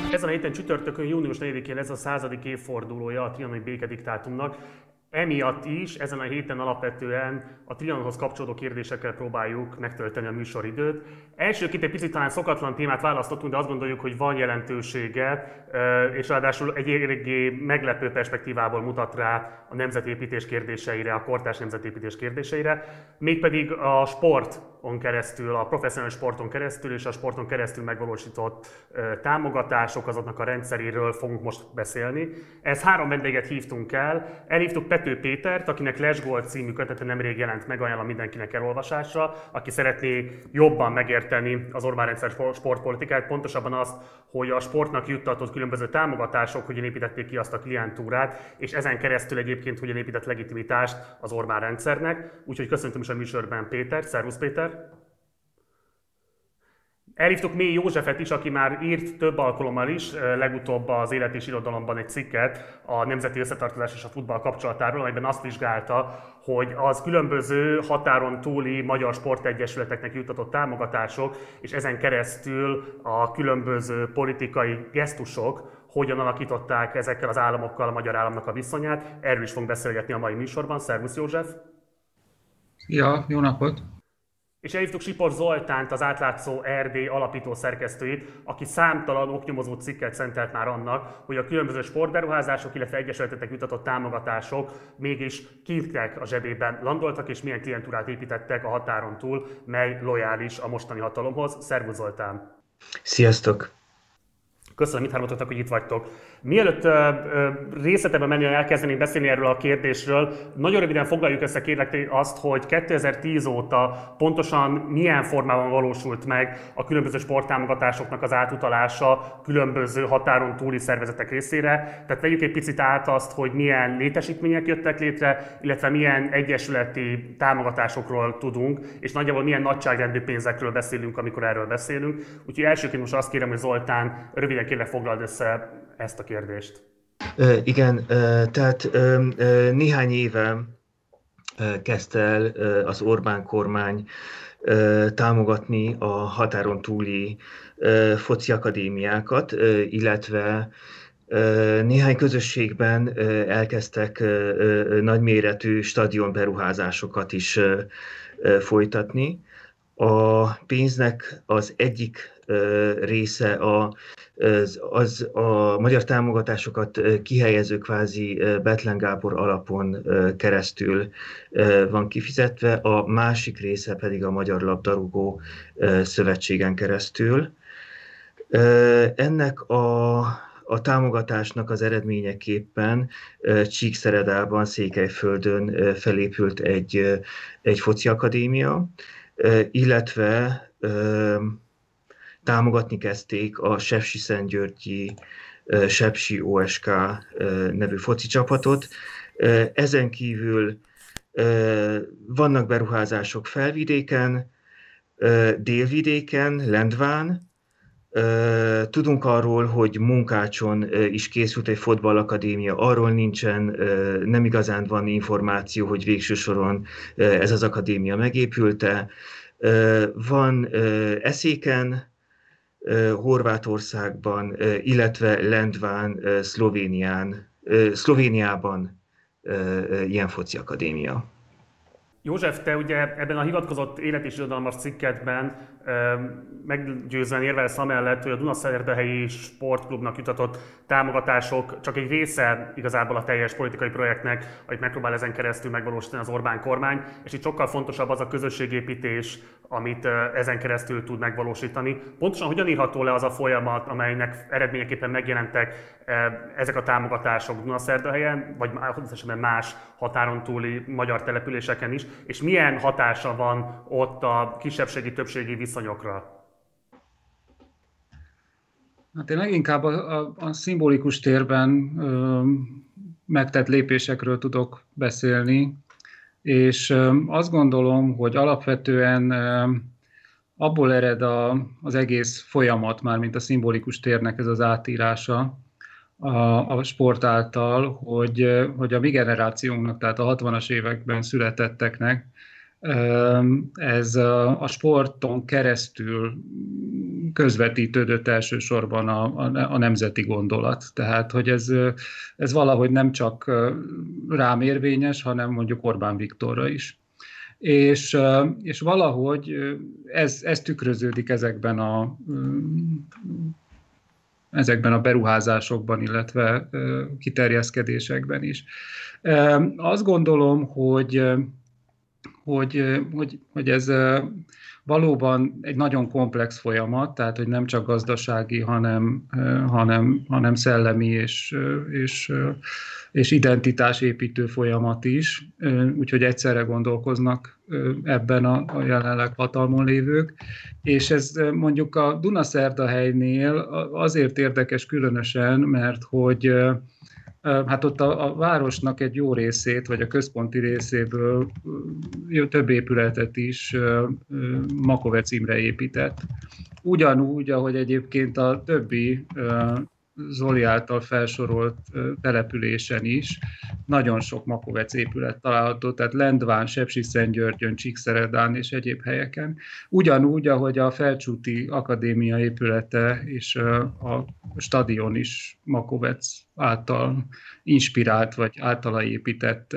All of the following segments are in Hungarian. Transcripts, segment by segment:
Ezen a héten csütörtökön, június 4-én lesz a 100. évfordulója a trianoni békediktátumnak. Emiatt is ezen a héten alapvetően a Trianonhoz kapcsolódó kérdésekkel próbáljuk megtölteni a műsoridőt. Elsőként egy picit talán szokatlan témát választottunk, de azt gondoljuk, hogy van jelentősége, és ráadásul egy eléggé meglepő perspektívából mutat rá a nemzetépítés kérdéseire, a kortárs nemzetépítés kérdéseire, mégpedig a sporton keresztül, a professzionális sporton keresztül és a sporton keresztül megvalósított támogatások, azoknak a rendszeréről fogunk most beszélni. Ez 3 vendéget hívtunk el. Elhívtuk Pető Pétert, akinek Lesgól című kötete nemrég jelent meg, ajánlom mindenkinek elolvasásra, aki szeretné jobban megérteni az Orbán rendszer sportpolitikát, pontosabban azt, hogy a sportnak juttatott különböző támogatások hogyan építették ki azt a klientúrát, és ezen keresztül egyébként hogyan épített legitimitást az Orbán rendszernek. Úgyhogy köszöntöm is a műsorban Pétert. Szervusz Péter! Elhívtuk Mély Józsefet is, aki már írt több alkalommal is, legutóbb az Élet és Irodalomban egy cikket a nemzeti összetartozás és a futball kapcsolatáról, amelyben azt vizsgálta, hogy az különböző határon túli magyar sportegyesületeknek juttatott támogatások, és ezen keresztül a különböző politikai gesztusok hogyan alakították ezekkel az államokkal a magyar államnak a viszonyát. Erről is fogunk beszélgetni a mai műsorban. Szervusz József! Ja, jó napot! És elhívtuk Sipor Zoltánt, az Átlátszó Erdély alapító szerkesztőjét, aki számtalan oknyomozó cikket szentelt már annak, hogy a különböző sportberuházások, illetve egyesületeknek jutatott támogatások mégis kiknek a zsebében landoltak, és milyen klientúrát építettek a határon túl, mely lojális a mostani hatalomhoz. Szervusz Zoltán! Sziasztok! Köszönöm mindhármatoknak, hogy itt vagytok. Mielőtt részletebben menni, elkezdenénk beszélni erről a kérdésről, nagyon röviden foglaljuk össze kérlek azt, hogy 2010 óta pontosan milyen formában valósult meg a különböző sporttámogatásoknak az átutalása különböző határon túli szervezetek részére. Tehát vegyük egy picit át azt, hogy milyen létesítmények jöttek létre, illetve milyen egyesületi támogatásokról tudunk, és nagyjából milyen nagyságrendű pénzekről beszélünk, amikor erről beszélünk. Úgyhogy elsőként most azt kérem, hogy Zoltán röviden kérlek foglald össze ezt a kérdést. Igen, tehát néhány éve kezdte el az Orbán kormány támogatni a határon túli foci akadémiákat, illetve néhány közösségben elkezdtek nagyméretű stadionberuházásokat is folytatni. A pénznek az egyik része a magyar támogatásokat kihelyező kvázi Bethlen Gábor alapon keresztül van kifizetve, a másik része pedig a Magyar Labdarúgó Szövetségen keresztül. Ennek a támogatásnak az eredményeképpen Csíkszeredában, Székelyföldön felépült egy foci akadémia, illetve támogatni kezdték a Sepsiszentgyörgyi Sepsi OSK nevű foci csapatot. Ezen kívül vannak beruházások Felvidéken, Délvidéken, Lendván. Tudunk arról, hogy Munkácson is készült egy fotballakadémia, arról nem igazán van információ, hogy végső soron ez az akadémia megépült-e. Van Eszéken, Horvátországban, illetve Lendván, Szlovéniában ilyen foci akadémia. József, te ugye ebben a hivatkozott élet- és irodalmas cikketben meggyőzően érvelsz amellett, hogy a Dunaszerdahelyi Sportklubnak jutatott támogatások csak egy része igazából a teljes politikai projektnek, amit megpróbál ezen keresztül megvalósítani az Orbán kormány, és itt sokkal fontosabb az a közösségépítés, amit ezen keresztül tud megvalósítani. Pontosan hogyan írható le az a folyamat, amelynek eredményeképpen megjelentek ezek a támogatások Dunaszerdahelyen, vagy más határon túli magyar településeken is, és milyen hatása van ott a kisebbségi-többségi viszonyokra? Hát én leginkább a szimbolikus térben megtett lépésekről tudok beszélni, és azt gondolom, hogy alapvetően abból ered az egész folyamat, mármint a szimbolikus térnek ez az átírása a sport által, hogy a mi generációnknak, tehát a 60-as években születetteknek ez a sporton keresztül közvetítődött elsősorban a nemzeti gondolat. Tehát, hogy ez valahogy nem csak rám érvényes, hanem mondjuk Orbán Viktorra is. És valahogy ez tükröződik ezekben a beruházásokban, illetve kiterjeszkedésekben is. Azt gondolom, hogy ez valóban egy nagyon komplex folyamat, tehát hogy nem csak gazdasági, hanem szellemi és identitásépítő folyamat is, úgyhogy egyszerre gondolkoznak ebben a jelenleg hatalmon lévők. És ez mondjuk a Dunaszerdahelynél azért érdekes különösen, mert hogy hát ott a városnak egy jó részét, vagy a központi részéből több épületet is Makovecz Imre épített. Ugyanúgy, ahogy egyébként a többi Zoli által felsorolt településen is nagyon sok Makovecz épület található, tehát Lendván, Sepsiszentgyörgyön, Csíkszeredán és egyéb helyeken. Ugyanúgy, ahogy a Felcsúti Akadémia épülete és a stadion is Makovecz által inspirált vagy általa épített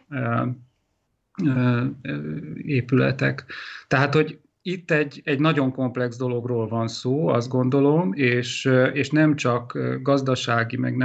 épületek. Tehát, hogy itt egy nagyon komplex dologról van szó, azt gondolom, és nem csak gazdasági, meg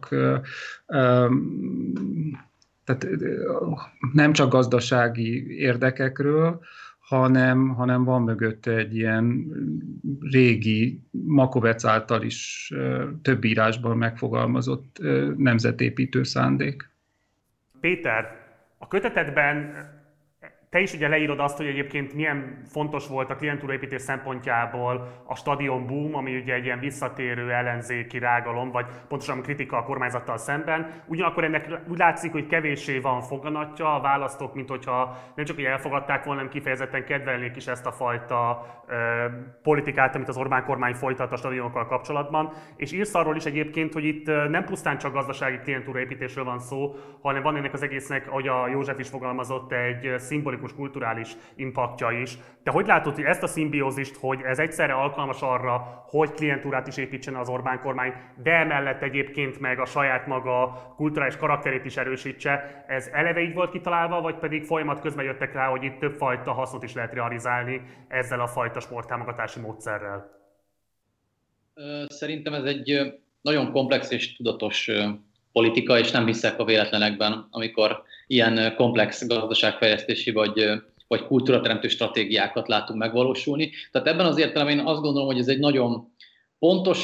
nem csak gazdasági érdekekről, hanem van mögötte egy ilyen régi, Makovecz által is több írásban megfogalmazott nemzetépítő szándék. Péter, a kötetedben te is ugye leírod azt, hogy egyébként milyen fontos volt a klientúraépítés szempontjából a stadion boom, ami ugye egy ilyen visszatérő ellenzéki rágalom, vagy pontosan kritika a kormányzattal szemben. Ugyanakkor ennek úgy látszik, hogy kevéssé van foganatja, a választók, mint hogyha nem csak hogy elfogadták volna, hanem kifejezetten kedvelnék is ezt a fajta politikát, amit az Orbán kormány folytat a stadionokkal kapcsolatban. És írsz arról is egyébként, hogy itt nem pusztán csak gazdasági klientúraépítésről van szó, hanem van ennek az egésznek, ahogy a József is fogalmazott, egy szimbolikus kulturális impaktja is. Te hogy látod, hogy ezt a szimbiózist, hogy ez egyszerre alkalmas arra, hogy klientúrát is építsen az Orbán kormány, de emellett egyébként meg a saját maga kulturális karakterét is erősítse, ez eleve így volt kitalálva, vagy pedig folyamat közben jöttek rá, hogy itt többfajta hasznot is lehet realizálni ezzel a fajta sporttámogatási módszerrel? Szerintem ez egy nagyon komplex és tudatos politika, és nem hiszek a véletlenekben, amikor ilyen komplex gazdaságfejlesztési vagy kultúrateremtő stratégiákat látunk megvalósulni. Tehát ebben az értelemben én azt gondolom, hogy ez egy nagyon pontos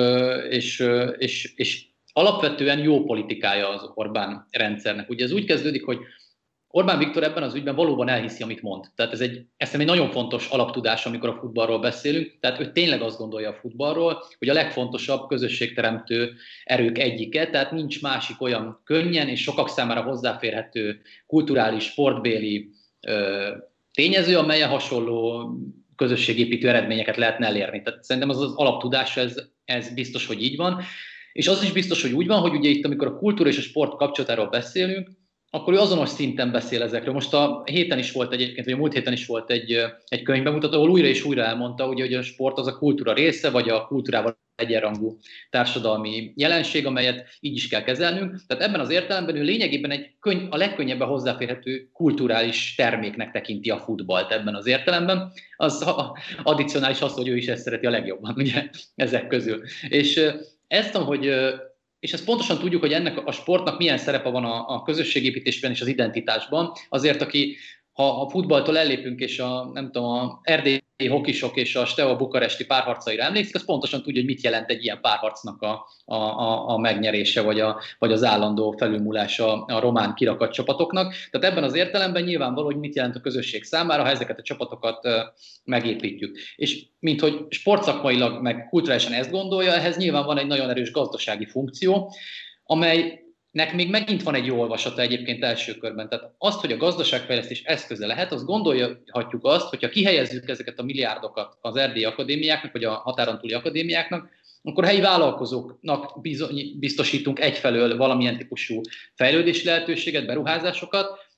és alapvetően jó politikája az Orbán rendszernek. Ugye ez úgy kezdődik, hogy Orbán Viktor ebben az ügyben valóban elhiszi, amit mond. Tehát ez egy nagyon fontos alaptudás, amikor a futballról beszélünk. Tehát ő tényleg azt gondolja a futballról, hogy a legfontosabb közösségteremtő erők egyike, tehát nincs másik olyan könnyen és sokak számára hozzáférhető kulturális, sportbéli tényező, amelyen hasonló közösségépítő eredményeket lehetne elérni. Tehát szerintem az alaptudás, ez biztos, hogy így van. És az is biztos, hogy úgy van, hogy ugye itt, amikor a kultúra és a sport kapcsolatáról beszélünk, akkor ő azonos szinten beszél ezekről. Most a héten is volt egyébként, vagy a múlt héten is volt egy könyvbemutató, ahol újra és újra elmondta, ugye, hogy a sport az a kultúra része, vagy a kultúrával egyenrangú társadalmi jelenség, amelyet így is kell kezelnünk. Tehát ebben az értelemben ő lényegében a legkönnyebben hozzáférhető kulturális terméknek tekinti a futballt ebben az értelemben. Az addicionális az, hogy ő is ezt szereti a legjobban, ugye, ezek közül. És ezt pontosan tudjuk, hogy ennek a sportnak milyen szerepe van a közösségépítésben és az identitásban. Azért, ha a futballtól ellépünk, és a erdélyi hokisok és a Steaua bukaresti párharcaira emlékszik, az pontosan tudja, hogy mit jelent egy ilyen párharcnak a megnyerése, vagy az állandó felülmúlása a román kirakat csapatoknak. Tehát ebben az értelemben nyilvánvaló, hogy mit jelent a közösség számára, ha ezeket a csapatokat megépítjük. És minthogy sportszakmailag meg kulturálisan ezt gondolja, ehhez nyilván van egy nagyon erős gazdasági funkció, amelynek még megint van egy jó olvasata egyébként első körben. Tehát azt, hogy a gazdaságfejlesztés eszköze lehet, azt gondolhatjuk azt, hogyha kihelyezzük ezeket a milliárdokat az erdélyi akadémiáknak, vagy a határon túli akadémiáknak, akkor helyi vállalkozóknak biztosítunk egyfelől valamilyen típusú fejlődési lehetőséget, beruházásokat,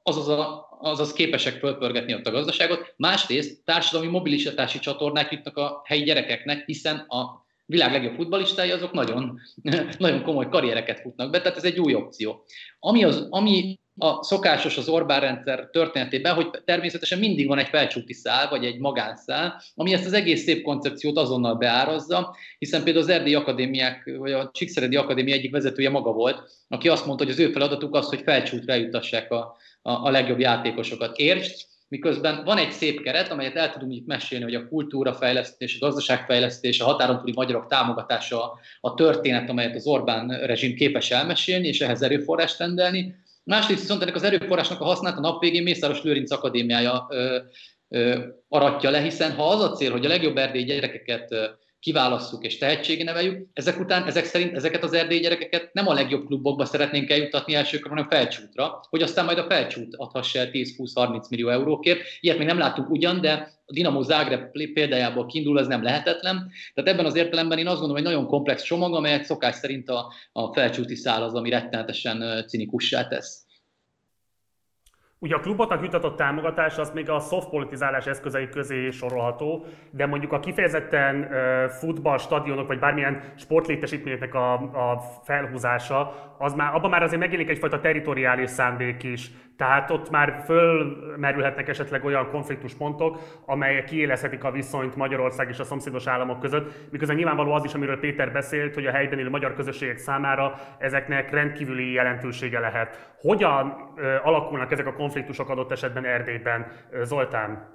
azaz képesek fölpörgetni ott a gazdaságot. Másrészt társadalmi mobilitási csatornák jutnak a helyi gyerekeknek, hiszen a világ legjobb futballistái azok nagyon, nagyon komoly karriereket futnak be, tehát ez egy új opció. Ami a szokásos az Orbán rendszer történetében, hogy természetesen mindig van egy felcsúti szál, vagy egy magánszál, ami ezt az egész szép koncepciót azonnal beárazza, hiszen például az erdélyi akadémiák, vagy a Csíkszeredi Akadémia egyik vezetője maga volt, aki azt mondta, hogy az ő feladatuk az, hogy felcsútra eljutassák a legjobb játékosokat. Értsd, miközben van egy szép keret, amelyet el tudunk itt mesélni, hogy a kultúrafejlesztés, a gazdaságfejlesztés, a határon túli magyarok támogatása, a történet, amelyet az Orbán rezsim képes elmesélni, és ehhez erőforrást rendelni. Másrészt viszont ennek az erőforrásnak a használat a nap végén Mészáros Lőrinc Akadémiája aratja le, hiszen ha az a cél, hogy a legjobb erdélyi gyerekeket kiválasszuk és tehetségé neveljük, ezek szerint ezeket az erdélyi gyerekeket nem a legjobb klubokba szeretnénk eljuttatni elsőkor, hanem felcsútra, hogy aztán majd a felcsút adhassa el 10-20-30 millió eurókért. Ilyet még nem láttunk ugyan, de a Dinamo Zágráb példájából kiindul, ez nem lehetetlen. Tehát ebben az értelemben én azt gondolom, hogy nagyon komplex csomag, amelyet szokás szerint a felcsúti szál az, ami rettenetesen cinikussá tesz. Ugye a kluboknak jutatott támogatás az még a soft politizálás eszközei közé sorolható, de mondjuk a kifejezetten futball, stadionok vagy bármilyen sportlétesítményeknek a felhúzása, abban már azért megjelenik egyfajta territoriális szándék is. Tehát ott már fölmerülhetnek esetleg olyan konfliktuspontok, amelyek kiélezhetik a viszonyt Magyarország és a szomszédos államok között, miközben nyilvánvaló az is, amiről Péter beszélt, hogy a helyben élő magyar közösségek számára ezeknek rendkívüli jelentősége lehet. Hogyan alakulnak ezek a konfliktusok adott esetben Erdélyben, Zoltán?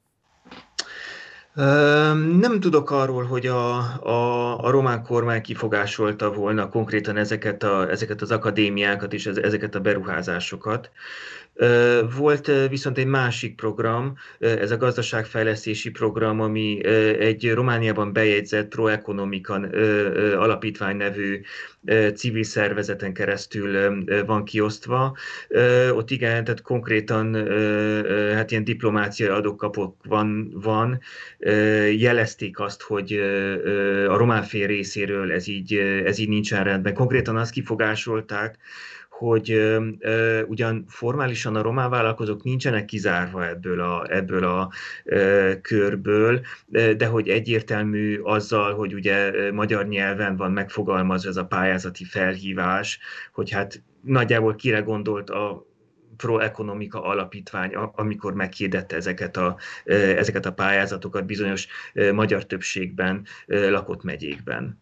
Nem tudok arról, hogy a román kormány kifogásolta volna konkrétan ezeket az akadémiákat és ezeket a beruházásokat. Volt viszont egy másik program, ez a gazdaságfejlesztési program, ami egy Romániában bejegyzett Pro Economica alapítvány nevű civil szervezeten keresztül van kiosztva. Ott igen, tehát konkrétan hát ilyen diplomáciai adok-kapok van. Jelezték azt, hogy a román fél részéről ez így nincsen rendben. Konkrétan azt kifogásolták, hogy ugyan formálisan a román vállalkozók nincsenek kizárva ebből a körből, de hogy egyértelmű azzal, hogy ugye magyar nyelven van megfogalmazva ez a pályázati felhívás, hogy hát nagyjából kire gondolt a Pro Economica alapítvány, amikor meghirdette ezeket a pályázatokat bizonyos magyar többségben lakott megyékben.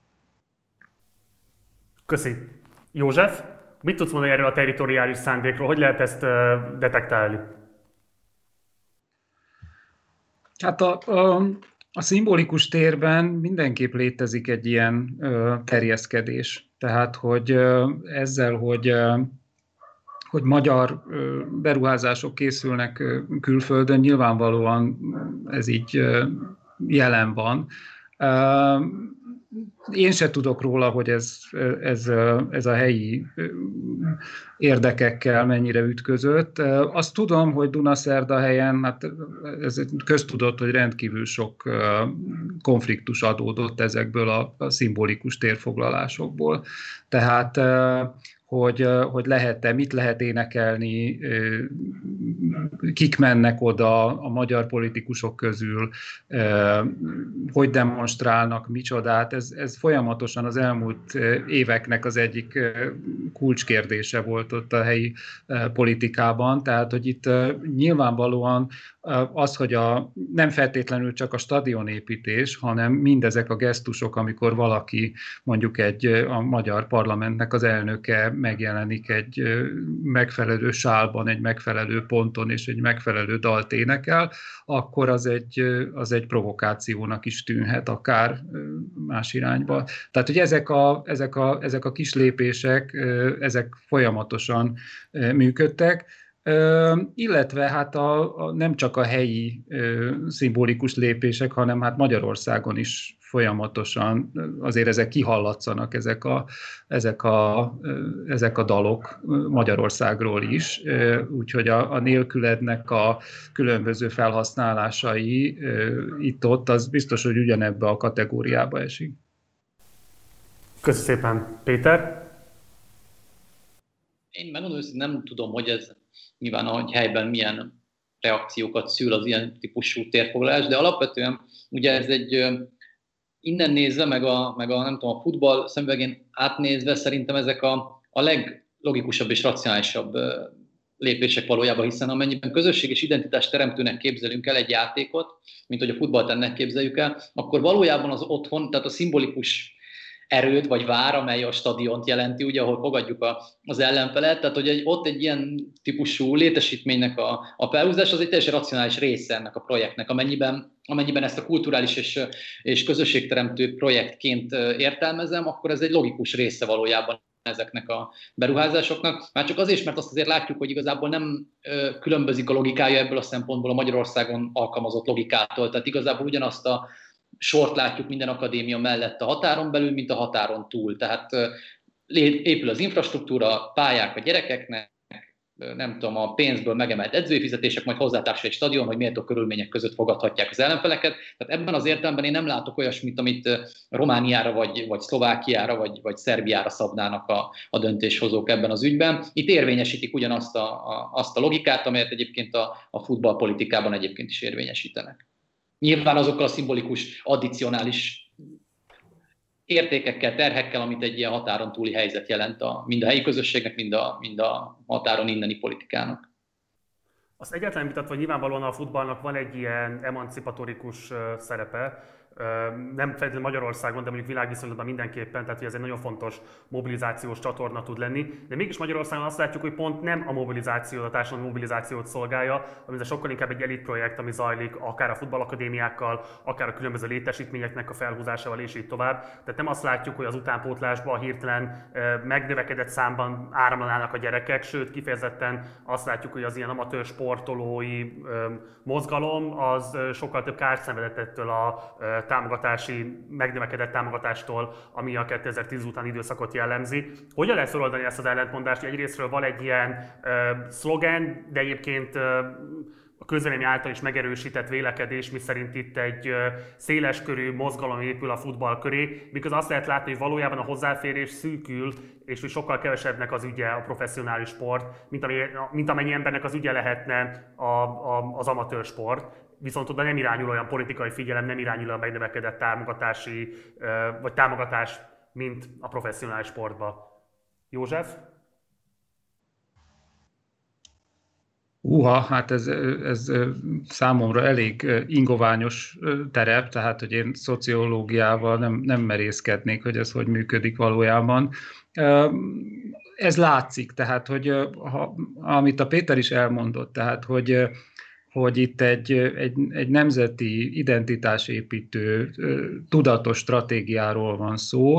Köszi. József? Mit tudsz mondani erről a territoriális szándékról? Hogy lehet ezt detektálni? Hát a szimbolikus térben mindenképp létezik egy ilyen terjeszkedés. Tehát, hogy ezzel, hogy magyar beruházások készülnek külföldön, nyilvánvalóan ez így jelen van. Én se tudok róla, hogy ez a helyi érdekekkel mennyire ütközött. Azt tudom, hogy Dunaszerdahelyen, hát ez köztudott, hogy rendkívül sok konfliktus adódott ezekből a szimbolikus térfoglalásokból. Tehát hogy lehet-e, mit lehet énekelni, kik mennek oda a magyar politikusok közül, hogy demonstrálnak, micsodát. Ez folyamatosan az elmúlt éveknek az egyik kulcskérdése volt ott a helyi politikában. Tehát, hogy itt nyilvánvalóan az, hogy nem feltétlenül csak a stadionépítés, hanem mindezek a gesztusok, amikor valaki, mondjuk a magyar parlamentnek az elnöke megjelenik egy megfelelő sálban, egy megfelelő ponton és egy megfelelő dalt énekel, akkor az egy provokációnak is tűnhet, akár más irányba. Tehát, hogy ezek a kis lépések, ezek folyamatosan működtek, illetve hát nem csak a helyi szimbolikus lépések, hanem hát Magyarországon is folyamatosan azért ezek kihallatszanak, ezek a dalok Magyarországról is, úgyhogy a nélkülednek a különböző felhasználásai itt-ott, az biztos, hogy ugyanebbe a kategóriába esik. Köszönöm szépen, Péter! Én megmondom őszintén, nem tudom, hogy ez nyilván a helyben milyen reakciókat szül az ilyen típusú térfoglalás, de alapvetően ugye ez egy innen nézve, meg a nem tudom, a futball szemüvegén átnézve szerintem ezek a leglogikusabb és racionálisabb lépések valójában, hiszen amennyiben közösség és identitás teremtőnek képzelünk el egy játékot, mint hogy a futballt ennek képzeljük el, akkor valójában az otthon, tehát a szimbolikus erőd vagy vár, amely a stadiont jelenti, ugye, ahol fogadjuk az ellenfelet, tehát hogy ott egy ilyen típusú létesítménynek a felhúzás az egy teljesen racionális része ennek a projektnek, amennyiben ezt a kulturális és közösségteremtő projektként értelmezem, akkor ez egy logikus része valójában ezeknek a beruházásoknak. Már csak azért, mert azt azért látjuk, hogy igazából nem különbözik a logikája ebből a szempontból a Magyarországon alkalmazott logikától, tehát igazából ugyanazt a sort látjuk minden akadémia mellett a határon belül, mint a határon túl. Tehát épül az infrastruktúra, pályák a gyerekeknek, nem tudom, a pénzből megemelt edzői fizetések, majd hozzátársul egy stadion, hogy méltó körülmények között fogadhatják az ellenfeleket. Tehát ebben az értelemben én nem látok olyasmit, amit Romániára, vagy Szlovákiára, vagy Szerbiára szabnának a döntéshozók ebben az ügyben. Itt érvényesítik ugyanazt azt a logikát, amelyet egyébként a futballpolitikában egyébként is érvényesítenek. Nyilván azokkal a szimbolikus, addicionális értékekkel, terhekkel, amit egy ilyen határon túli helyzet jelent mind a helyi közösségnek, mind a határon inneni politikának. Azt egyáltalán vitatva, nyilvánvalóan a futballnak van egy ilyen emancipatorikus szerepe, nem feltétlenül Magyarországon, de mondjuk világviszonylatban mindenképpen, tehát hogy ez egy nagyon fontos mobilizációs csatorna tud lenni. De mégis Magyarországon azt látjuk, hogy pont nem a mobilizáció, a társadalmi mobilizációt szolgálja, ami ez sokkal inkább egy elit projekt, ami zajlik akár a futballakadémiákkal, akár a különböző létesítményeknek a felhúzásával és így tovább. Tehát nem azt látjuk, hogy az utánpótlásban hirtelen megnövekedett számban áramlanának a gyerekek, sőt kifejezetten azt látjuk, hogy az ilyen amatőr sportolói mozgalom az sokkal több kárt szenvedett ettől a megnövekedett támogatástól, ami a 2010 utáni időszakot jellemzi. Hogyan lehet feloldani ezt az ellentmondást? Egyrésztről van egy ilyen szlogen, de egyébként a közvélemény által is megerősített vélekedés, miszerint itt egy széleskörű mozgalom épül a futball köré, miközben azt lehet látni, hogy valójában a hozzáférés szűkül, és hogy sokkal kevesebbnek az ügye a professzionális sport, mint amennyi embernek az ügye lehetne az amatőr sport. Viszont oda nem irányul olyan politikai figyelem, nem irányul a megnövekedett támogatás, mint a professzionális sportba. József? Hát ez számomra elég ingoványos terep, tehát hogy én szociológiával nem merészkednék, hogy ez hogy működik valójában. Ez látszik, tehát hogy amit a Péter is elmondott, tehát hogy itt egy nemzeti identitásépítő, tudatos stratégiáról van szó,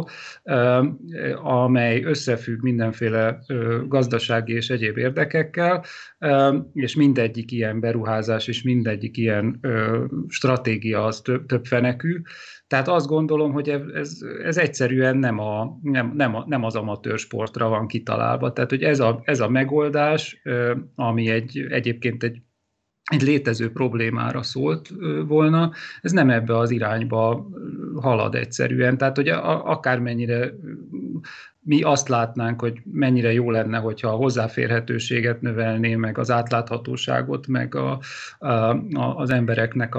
amely összefügg mindenféle gazdasági és egyéb érdekekkel, és mindegyik ilyen beruházás és mindegyik ilyen stratégia az több fenekű. Tehát azt gondolom, hogy ez egyszerűen nem az amatőr sportra van kitalálva. Tehát, hogy ez a megoldás, ami egyébként egy létező problémára szólt volna, ez nem ebbe az irányba halad egyszerűen. Tehát, hogy akármennyire mi azt látnánk, hogy mennyire jó lenne, hogyha a hozzáférhetőséget növelné, meg az átláthatóságot, meg az embereknek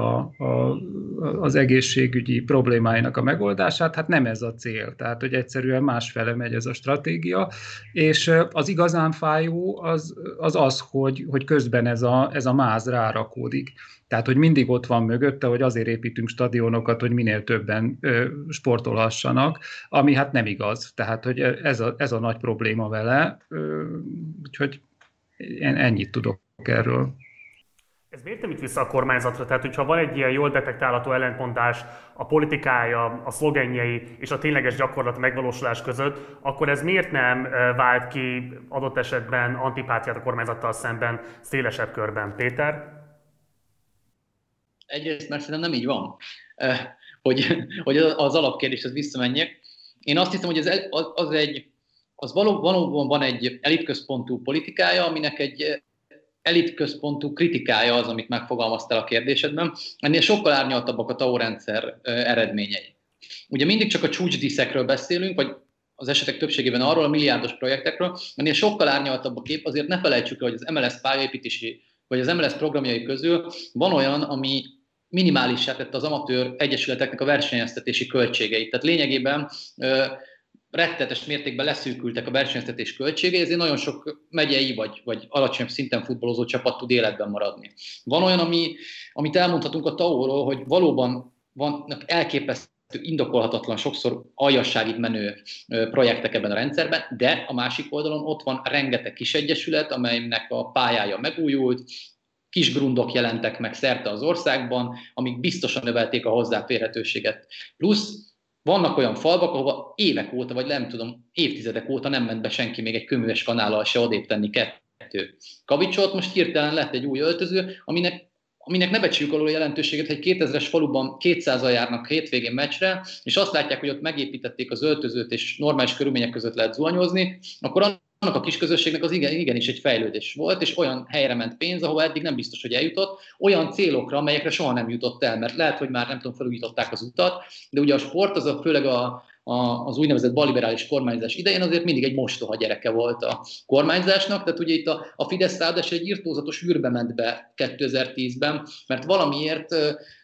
az egészségügyi problémáinak a megoldását, hát nem ez a cél. Tehát, hogy egyszerűen másfele megy ez a stratégia, és az igazán fájó az, hogy közben ez a máz rárakódik. Tehát, hogy mindig ott van mögötte, hogy azért építünk stadionokat, hogy minél többen sportolhassanak, ami hát nem igaz. Tehát, hogy ez a nagy probléma vele, úgyhogy én ennyit tudok erről. Ez miért nem itt vissza a kormányzatra? Tehát, hogyha van egy ilyen jól detektálható ellentmondás a politikája, a szlogenjei és a tényleges gyakorlat megvalósulás között, akkor ez miért nem vált ki adott esetben antipátiát a kormányzattal szemben szélesebb körben? Péter? Egyrészt, mert szerintem nem így van, hogy az alapkérdéshez visszamenjek. Én azt hiszem, hogy az valóban van egy elitközpontú politikája, aminek egy elitközpontú kritikája az, amit megfogalmaztál a kérdésedben. Ennél sokkal árnyaltabbak a TAO rendszer eredményei. Ugye mindig csak a csúcsdíszekről beszélünk, vagy az esetek többségében arról a milliárdos projektekről, ennél sokkal árnyaltabb a kép, azért ne felejtsük el, hogy az MLS pályaépítési, vagy az MLS programjai közül van olyan, ami minimálissá tette az amatőr egyesületeknek a versenyeztetési költségeit. Tehát lényegében rettetes mértékben leszűkültek a versenyeztetés költségei, ezért nagyon sok megyei vagy alacsonyabb szinten futballozó csapat tud életben maradni. Van olyan, amit elmondhatunk a TAO-ról, hogy valóban vannak elképesztő, indokolhatatlan, sokszor aljasságig menő projektek ebben a rendszerben, de a másik oldalon ott van rengeteg kis egyesület, amelynek a pályája megújult, kis grundok jelentek meg szerte az országban, amik biztosan növelték a hozzáférhetőséget. Plusz vannak olyan falvak, ahova évek óta, vagy nem tudom, évtizedek óta nem ment be senki még egy kőműves kanállal se odébb tenni 2 kavicsot. Most hirtelen lett egy új öltöző, aminek ne becsüljük alól a jelentőséget, hogy 2000-es faluban 200-al járnak hétvégén meccsre, és azt látják, hogy ott megépítették az öltözőt, és normális körülmények között lehet zuhanyozni, akkor annak a kis közösségnek az igenis egy fejlődés volt, és olyan helyre ment pénz, ahol eddig nem biztos, hogy eljutott, olyan célokra, amelyekre soha nem jutott el, mert lehet, hogy már nem tudom, felújították az utat, de ugye a sport, az főleg az úgynevezett balliberális kormányzás idején azért mindig egy mostoha gyereke volt a kormányzásnak, tehát ugye itt a Fidesz ráadásul egy irtózatos űrbe ment be 2010-ben, mert valamiért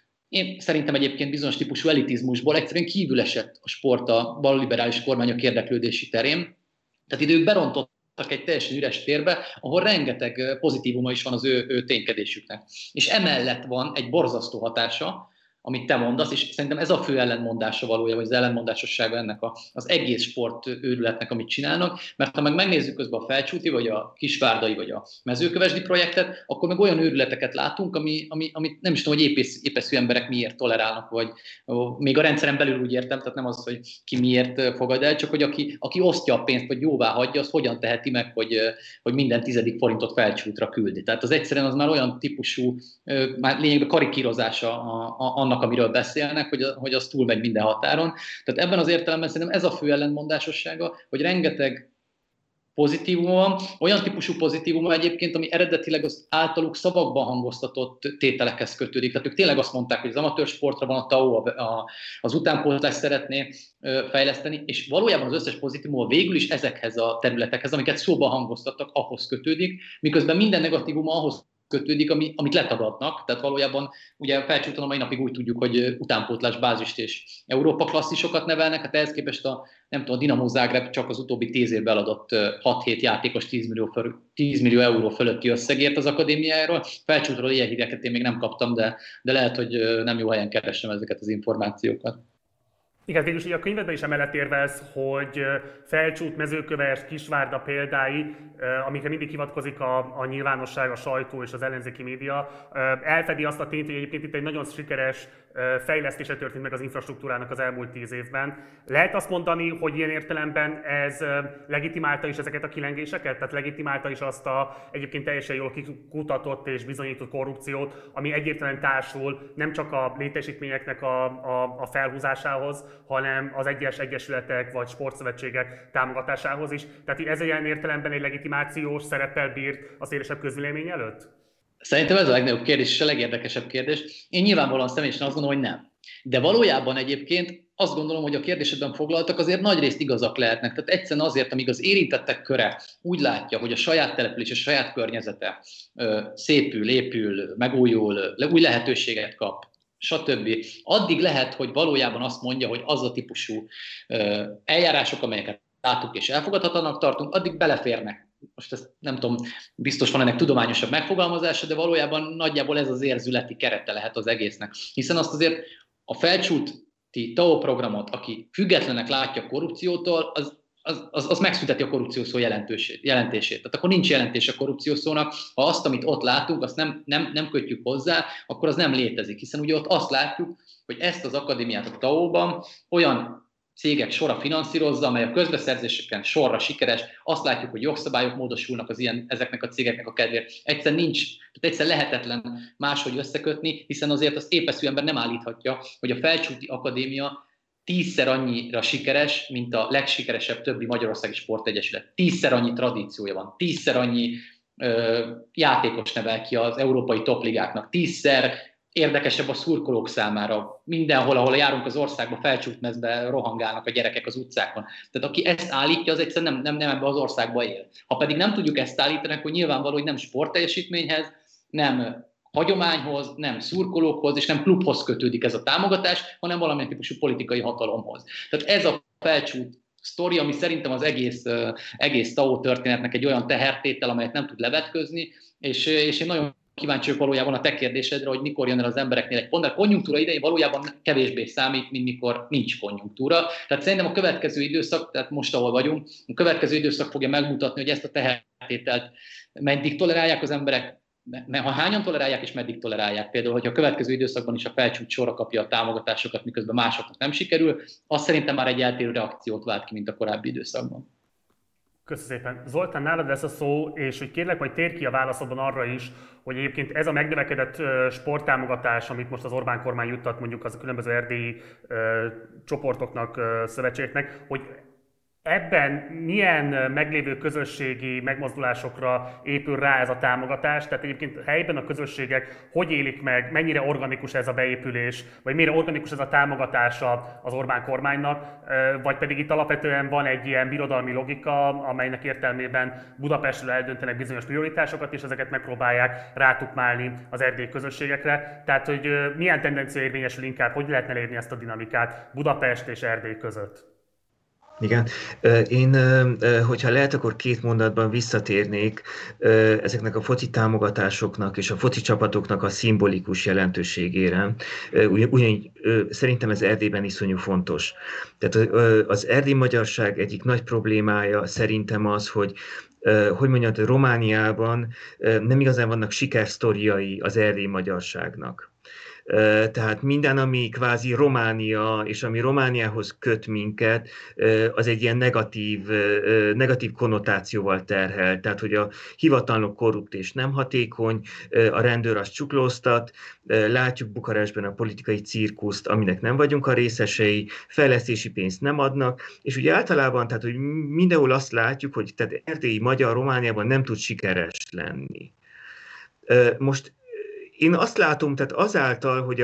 én szerintem egyébként bizonyos típusú elitizmusból egyszerűen kívül esett a sport a balliberális kormányok érdeklődési terén. Tehát idők berontottak egy teljesen üres térbe, ahol rengeteg pozitívuma is van az ő ténykedésüknek. És emellett van egy borzasztó hatása, amit te mondasz, és szerintem ez a fő ellentmondása valója, vagy az ellentmondásossága ennek az egész sportőrületnek, amit csinálnak, mert ha meg megnézzük közben a Felcsúti, vagy a Kisvárdai, vagy a Mezőkövesdi projektet, akkor meg olyan őrületeket látunk, amit nem is tudom, hogy épeszű emberek miért tolerálnak, vagy még a rendszeren belül úgy értem, tehát nem az, hogy ki miért fogad el, csak hogy aki osztja a pénzt, vagy jóvá hagyja, az hogyan teheti meg, hogy minden 10. forintot Felcsútra küldi. Tehát az egyszerűen az már olyan típusú, már lényegben karikírozása annak, amiről beszélnek, hogy az túlmegy minden határon. Tehát ebben az értelemben szerintem ez a fő ellentmondásossága, hogy rengeteg pozitívum van, olyan típusú pozitívum egyébként, ami eredetileg az általuk szavakban hangoztatott tételekhez kötődik. Tehát ők tényleg azt mondták, hogy az amatőr sportra van a TAO, az utánpótlást szeretné fejleszteni, és valójában az összes pozitívum végül is ezekhez a területekhez, amiket szóban hangoztattak, ahhoz kötődik, miközben minden negatívum ahhoz kötődik, amit letagadnak, tehát valójában ugye Felcsúton a mai napig úgy tudjuk, hogy utánpótlás bázist és Európa klasszisokat nevelnek, hát ehhez képest a Dinamo Zágráb csak az utóbbi 10 évben eladott 6-7 játékos 10 millió euró fölötti összegért az akadémiájáról. Felcsútról ilyen híreket én még nem kaptam, de lehet, hogy nem jó helyen keresem ezeket az információkat. Igen, végülis a könyvedben is emellett érvelsz, hogy Felcsút, Mezőköves, Kisvárda példái, amikre mindig hivatkozik a nyilvánosság, a sajtó és az ellenzéki média, elfedi azt a tényt, hogy egyébként itt egy nagyon sikeres fejlesztése történt meg az infrastruktúrának az elmúlt 10 évben. Lehet azt mondani, hogy ilyen értelemben ez legitimálta is ezeket a kilengéseket? Tehát legitimálta is azt egyébként teljesen jól kikutatott és bizonyított korrupciót, ami egyértelműen társul nem csak a létesítményeknek a felhúzásához, hanem az egyes egyesületek vagy sportszövetségek támogatásához is. Tehát ez ilyen értelemben egy legitimációs szereppel bírt a szélesebb közvélemény előtt? Szerintem ez a legnagyobb kérdés és a legérdekesebb kérdés. Én nyilvánvalóan személyesen azt gondolom, hogy nem. De valójában egyébként azt gondolom, hogy a kérdésedben foglaltak azért nagyrészt igazak lehetnek. Tehát egyszerűen azért, amíg az érintettek köre úgy látja, hogy a saját település, a saját környezete szépül, épül, megújul, új lehetőséget kap, stb. Addig lehet, hogy valójában azt mondja, hogy az a típusú eljárások, amelyeket látunk és elfogadhatatlanak tartunk, addig beleférnek. Most ezt nem tudom, biztos van ennek tudományosabb megfogalmazása, de valójában nagyjából ez az érzületi kerete lehet az egésznek. Hiszen azt azért a Felcsúti TAO programot, aki függetlenek látja a korrupciótól, az megszünteti a korrupció szó jelentését. Tehát akkor nincs jelentés a korrupció szónak, ha azt, amit ott látunk, azt nem kötjük hozzá, akkor az nem létezik. Hiszen ugye ott azt látjuk, hogy ezt az akadémiát a TAO-ban olyan cégek sora finanszírozza, amely a közbeszerzéseken sorra sikeres. Azt látjuk, hogy jogszabályok módosulnak ezeknek a cégeknek a kedvéért. Egyszer lehetetlen máshogy összekötni, hiszen azért az épeszű ember nem állíthatja, hogy a Felcsúti Akadémia 10-szer annyira sikeres, mint a legsikeresebb többi magyarországi sportegyesület. 10-szer annyi tradíciója van, 10-szer annyi játékos nevel ki az európai topligáknak, 10-szer érdekesebb a szurkolók számára. Mindenhol, ahol járunk az országban, felcsútmezbe rohangálnak a gyerekek az utcákon. Tehát aki ezt állítja, az egyszerűen nem ebbe az országba él. Ha pedig nem tudjuk ezt állítani, akkor nyilvánvaló, hogy nem sportteljesítményhez, nem hagyományhoz, nem szurkolókhoz, és nem klubhoz kötődik ez a támogatás, hanem valamilyen típusú politikai hatalomhoz. Tehát ez a felcsút sztori, ami szerintem az egész TAO történetnek egy olyan tehertétel, amelyet nem tud levetközni, és én nagyon kíváncsi vagyok valójában a te kérdésedre, hogy mikor jön el az embereknél egy pont, mert konjunktúra idején valójában kevésbé számít, mint mikor nincs konjunktúra. Tehát szerintem a következő időszak, tehát most ahol vagyunk, a következő időszak fogja megmutatni, hogy ezt a tehertételt meddig tolerálják az emberek, ha hányan tolerálják és meddig tolerálják. Például, hogyha a következő időszakban is a felcsút sorra kapja a támogatásokat, miközben másoknak nem sikerül, az szerintem már egy eltérő reakciót vált ki, mint a korábbi időszakban. Köszönöm szépen. Zoltán, nálad lesz a szó, és hogy kérlek, majd térj ki a válaszodban arra is, hogy egyébként ez a megnövekedett sporttámogatás, amit most az Orbán kormány juttat mondjuk az a különböző erdélyi csoportoknak, szövetségeknek, hogy ebben milyen meglévő közösségi megmozdulásokra épül rá ez a támogatás? Tehát egyébként helyben a közösségek hogy élik meg, mennyire organikus ez a beépülés, vagy mennyire organikus ez a támogatása az Orbán kormánynak, vagy pedig itt alapvetően van egy ilyen birodalmi logika, amelynek értelmében Budapestről eldöntenek bizonyos prioritásokat, és ezeket megpróbálják rátukmálni az erdélyi közösségekre. Tehát, hogy milyen tendencia érvényesül inkább, hogy lehetne elérni ezt a dinamikát Budapest és Erdély között? Igen. Én, hogyha lehet, akkor 2 mondatban visszatérnék ezeknek a foci támogatásoknak és a foci csapatoknak a szimbolikus jelentőségére. Ugyanígy szerintem ez Erdélyben iszonyú fontos. Tehát az erdélyi magyarság egyik nagy problémája szerintem az, hogy mondjam, Romániában nem igazán vannak sikersztoriai az erdélyi magyarságnak. Tehát minden, ami kvázi Románia, és ami Romániához köt minket, az egy ilyen negatív konnotációval terhel. Tehát, hogy a hivatalnok korrupt és nem hatékony, a rendőr azt csuklóztat, látjuk Bukarestben a politikai cirkuszt, aminek nem vagyunk a részesei, fejlesztési pénzt nem adnak, és ugye általában, tehát, hogy mindenhol azt látjuk, hogy tehát erdélyi magyar Romániában nem tud sikeres lenni. Most én azt látom, tehát azáltal, hogy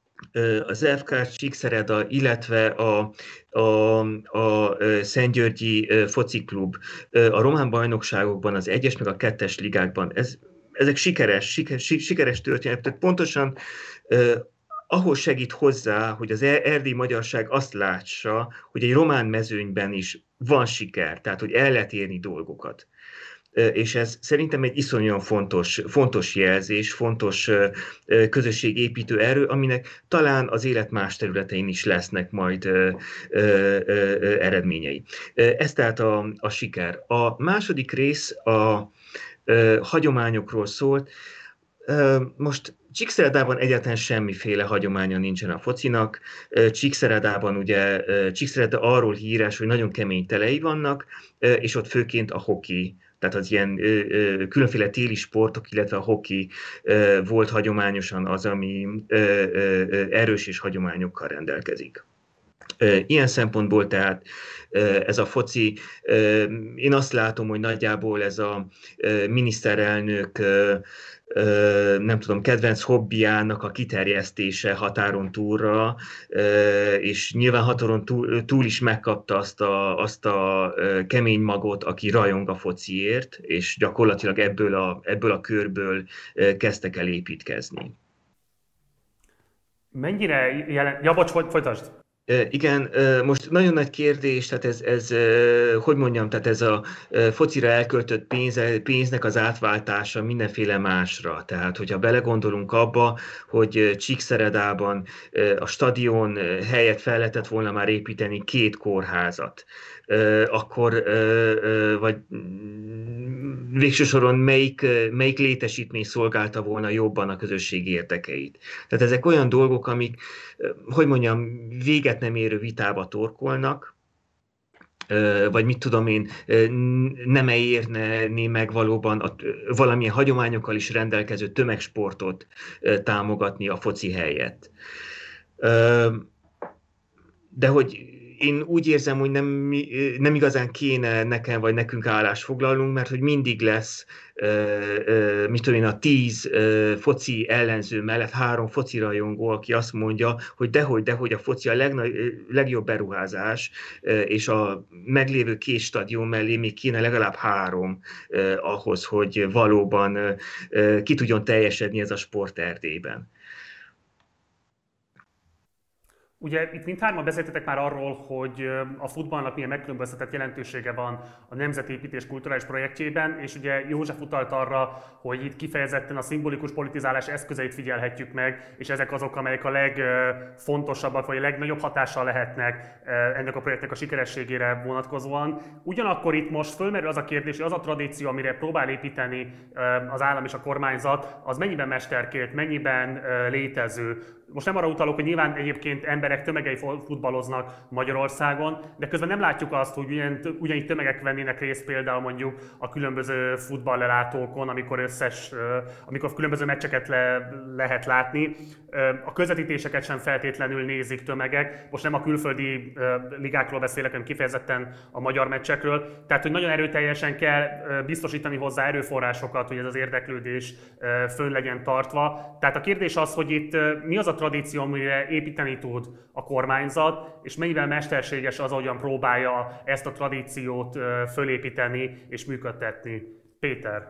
az FK Csíkszereda, illetve a Szentgyörgyi fociklub a román bajnokságokban, az 1-es meg a 2-es ligákban, ezek sikeres történetek, tehát pontosan ahhoz segít hozzá, hogy az erdélyi magyarság azt lássa, hogy egy román mezőnyben is van siker, tehát hogy el lehet érni dolgokat. És ez szerintem egy iszonyúan fontos jelzés, fontos közösségépítő erő, aminek talán az élet más területein is lesznek majd eredményei. Ez tehát a siker. A második rész a hagyományokról szólt. Most Csíkszeredában egyáltalán semmiféle hagyománya nincsen a focinak. Csíkszeredában ugye, Csíkszereda arról híres, hogy nagyon kemény telei vannak, és ott főként a hoki, tehát az ilyen különféle téli sportok, illetve a hoki volt hagyományosan az, ami erős és hagyományokkal rendelkezik. Ilyen szempontból tehát ez a foci, én azt látom, hogy nagyjából ez a miniszterelnök nem tudom, kedvenc hobbiának a kiterjesztése határon túlra, és nyilván határon túl is megkapta azt a kemény magot, aki rajong a fociért, és gyakorlatilag ebből a körből kezdtek el építkezni. Mennyire Ja, bocs, folytasd! Igen, most nagyon nagy kérdés, tehát ez hogy mondjam, tehát ez a focira elköltött pénznek az átváltása mindenféle másra. Tehát, hogyha belegondolunk abba, hogy Csíkszeredában a stadion helyett fel lehetett volna már építeni 2 kórházat, akkor, vagy végső soron melyik létesítmény szolgálta volna jobban a közösség érdekeit. Tehát ezek olyan dolgok, amik, hogy mondjam, véget nem érő vitába torkolnak, vagy mit tudom én, nem érné meg valóban valamilyen hagyományokkal is rendelkező tömegsportot támogatni a foci helyett. De hogy én úgy érzem, hogy nem igazán kéne nekem vagy nekünk állást foglalnunk, mert hogy mindig lesz, mit tudom én, a 10 foci ellenző mellett 3 foci rajongó, aki azt mondja, hogy dehogy a foci a legjobb beruházás, és a meglévő 2 stadion mellé még kéne legalább 3 ahhoz, hogy valóban ki tudjon teljesedni ez a sport Erdélyben. Ugye itt mindhárman beszéltetek már arról, hogy a futballnak milyen megkülönböztetett jelentősége van a Nemzeti Építés kulturális projektjében, és ugye József utalt arra, hogy itt kifejezetten a szimbolikus politizálás eszközeit figyelhetjük meg, és ezek azok, amelyek a legfontosabbak, vagy a legnagyobb hatással lehetnek ennek a projektnek a sikerességére vonatkozóan. Ugyanakkor itt most fölmerül az a kérdés, hogy az a tradíció, amire próbál építeni az állam és a kormányzat, az mennyiben mesterkélt, mennyiben létező. Most nem arra utalok, hogy nyilván egyébként emberek tömegei futballoznak Magyarországon, de közben nem látjuk azt, hogy ugyanígy tömegek vennének részt például mondjuk a különböző futballlelátókon, amikor különböző meccseket lehet látni. A közvetítéseket sem feltétlenül nézik tömegek. Most nem a külföldi ligákról beszélek, hanem kifejezetten a magyar meccsekről. Tehát, hogy nagyon erőteljesen kell biztosítani hozzá erőforrásokat, hogy ez az érdeklődés fönn legyen tartva. Tehát a kérdés az, hogy itt mi az a tradíció, amire építeni tud a kormányzat, és mennyivel mesterséges az, ahogyan próbálja ezt a tradíciót fölépíteni és működtetni. Péter?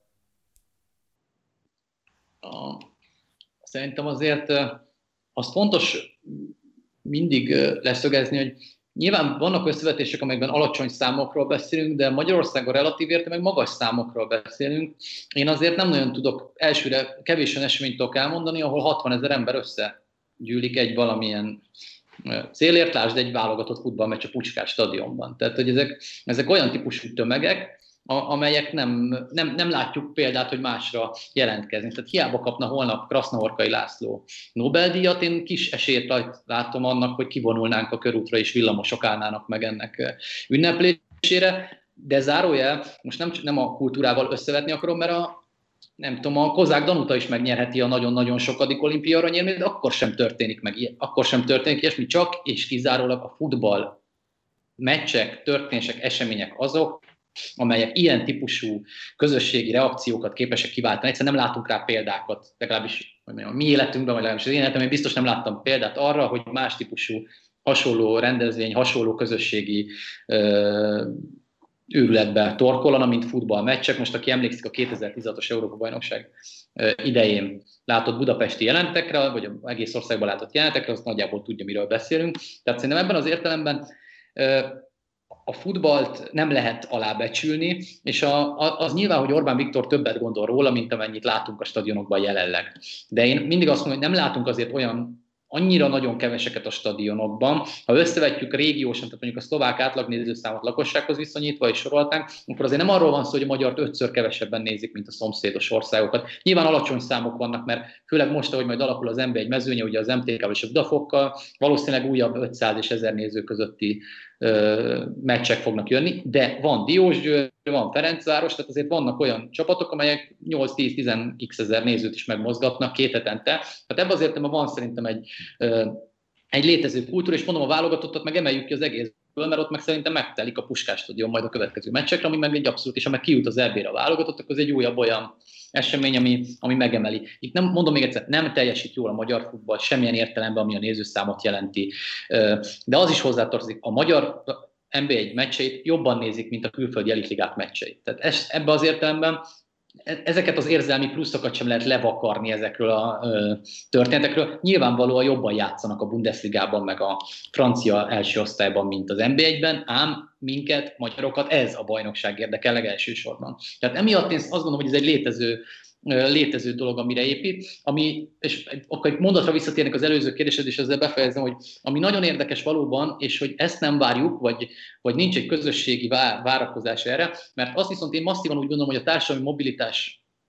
Szerintem azért az fontos mindig leszögezni, hogy nyilván vannak összevetések, amelyekben alacsony számokról beszélünk, de Magyarországon relatív értelemben magas számokról beszélünk. Én azért nem nagyon tudok elsőre kevés olyan eseményt tudok elmondani, ahol 60 000 ember összegyűlik egy valamilyen célért, lásd egy válogatott futballmeccs a Puskás stadionban. Tehát, hogy ezek olyan típusú tömegek, amelyek nem látjuk példát, hogy másra jelentkezni. Tehát hiába kapna holnap Krasznahorkai László Nobel-díjat, én kis esélyt látom annak, hogy kivonulnánk a körútra és villamosok állnának meg ennek ünneplésére, de zárójel, most nem a kultúrával összevetni akarom, mert a Kozák Danuta is megnyerheti a nagyon-nagyon sokadik olimpia aranyérmét, de akkor sem történik ilyesmi, csak és kizárólag a futball meccsek, történések, események azok, amelyek ilyen típusú közösségi reakciókat képesek kiváltani. Egyszerűen nem látunk rá példákat, legalábbis a mi életünkben, vagy legalábbis az én életemben biztos nem láttam példát arra, hogy más típusú hasonló rendezvény, hasonló közösségi őrületbe torkolana, mint futballmeccsek. Most aki emlékszik a 2016-os Európa-bajnokság idején látott budapesti jelentekre, vagy az egész országban látott jelentekre, az nagyjából tudja, miről beszélünk. Tehát szerintem ebben az értelemben a futballt nem lehet alábecsülni, és az nyilván, hogy Orbán Viktor többet gondol róla, mint amennyit látunk a stadionokban jelenleg. De én mindig azt mondom, hogy nem látunk azért annyira nagyon keveseket a stadionokban. Ha összevetjük régiósan, tehát mondjuk a szlovák átlagnézőszámot lakossághoz viszonyítva és soroltánk, akkor azért nem arról van szó, hogy a magyart 5-ször kevesebben nézik, mint a szomszédos országokat. Nyilván alacsony számok vannak, mert főleg most, ahogy majd alakul az NB1 mezőnye, ugye az MTK-val és a Budafokkal, valószínűleg újabb 500 és 1000 néző közötti meccsek fognak jönni, de van Diósgyőr, van Ferencváros, tehát azért vannak olyan csapatok, amelyek 8-10-10x ezer nézőt is megmozgatnak 2 hetente. Tehát ebben azért van szerintem egy létező kultúra, és mondom, a válogatottat meg emeljük ki az egészből, mert ott meg szerintem megtelik a Puskás stadion majd a következő meccsekre, ami meg egy abszolút, és ha meg kijut az EB-re a válogatott, akkor az egy újabb olyan esemény, ami megemeli. Itt nem, mondom még egyszer, nem teljesít jól a magyar futball, semmilyen értelemben, ami a nézőszámot jelenti. De az is hozzátartozik, a magyar NB1 meccseit jobban nézik, mint a külföldi elitligák meccseit. Tehát ebben az értelemben ezeket az érzelmi pluszokat sem lehet levakarni ezekről a történetekről. Nyilvánvalóan jobban játszanak a Bundesligában, meg a francia első osztályban, mint az NB1-ben, ám minket, magyarokat ez a bajnokság érdekel legelsősorban. Tehát emiatt én azt gondolom, hogy ez egy létező dolog, amire épít, és akkor egy mondatra visszatérnek az előző kérdésed, és ezzel befejezem, hogy ami nagyon érdekes valóban, és hogy ezt nem várjuk, vagy nincs egy közösségi várakozás erre, mert azt viszont én masszívan úgy gondolom, hogy a társadalmi mobilitás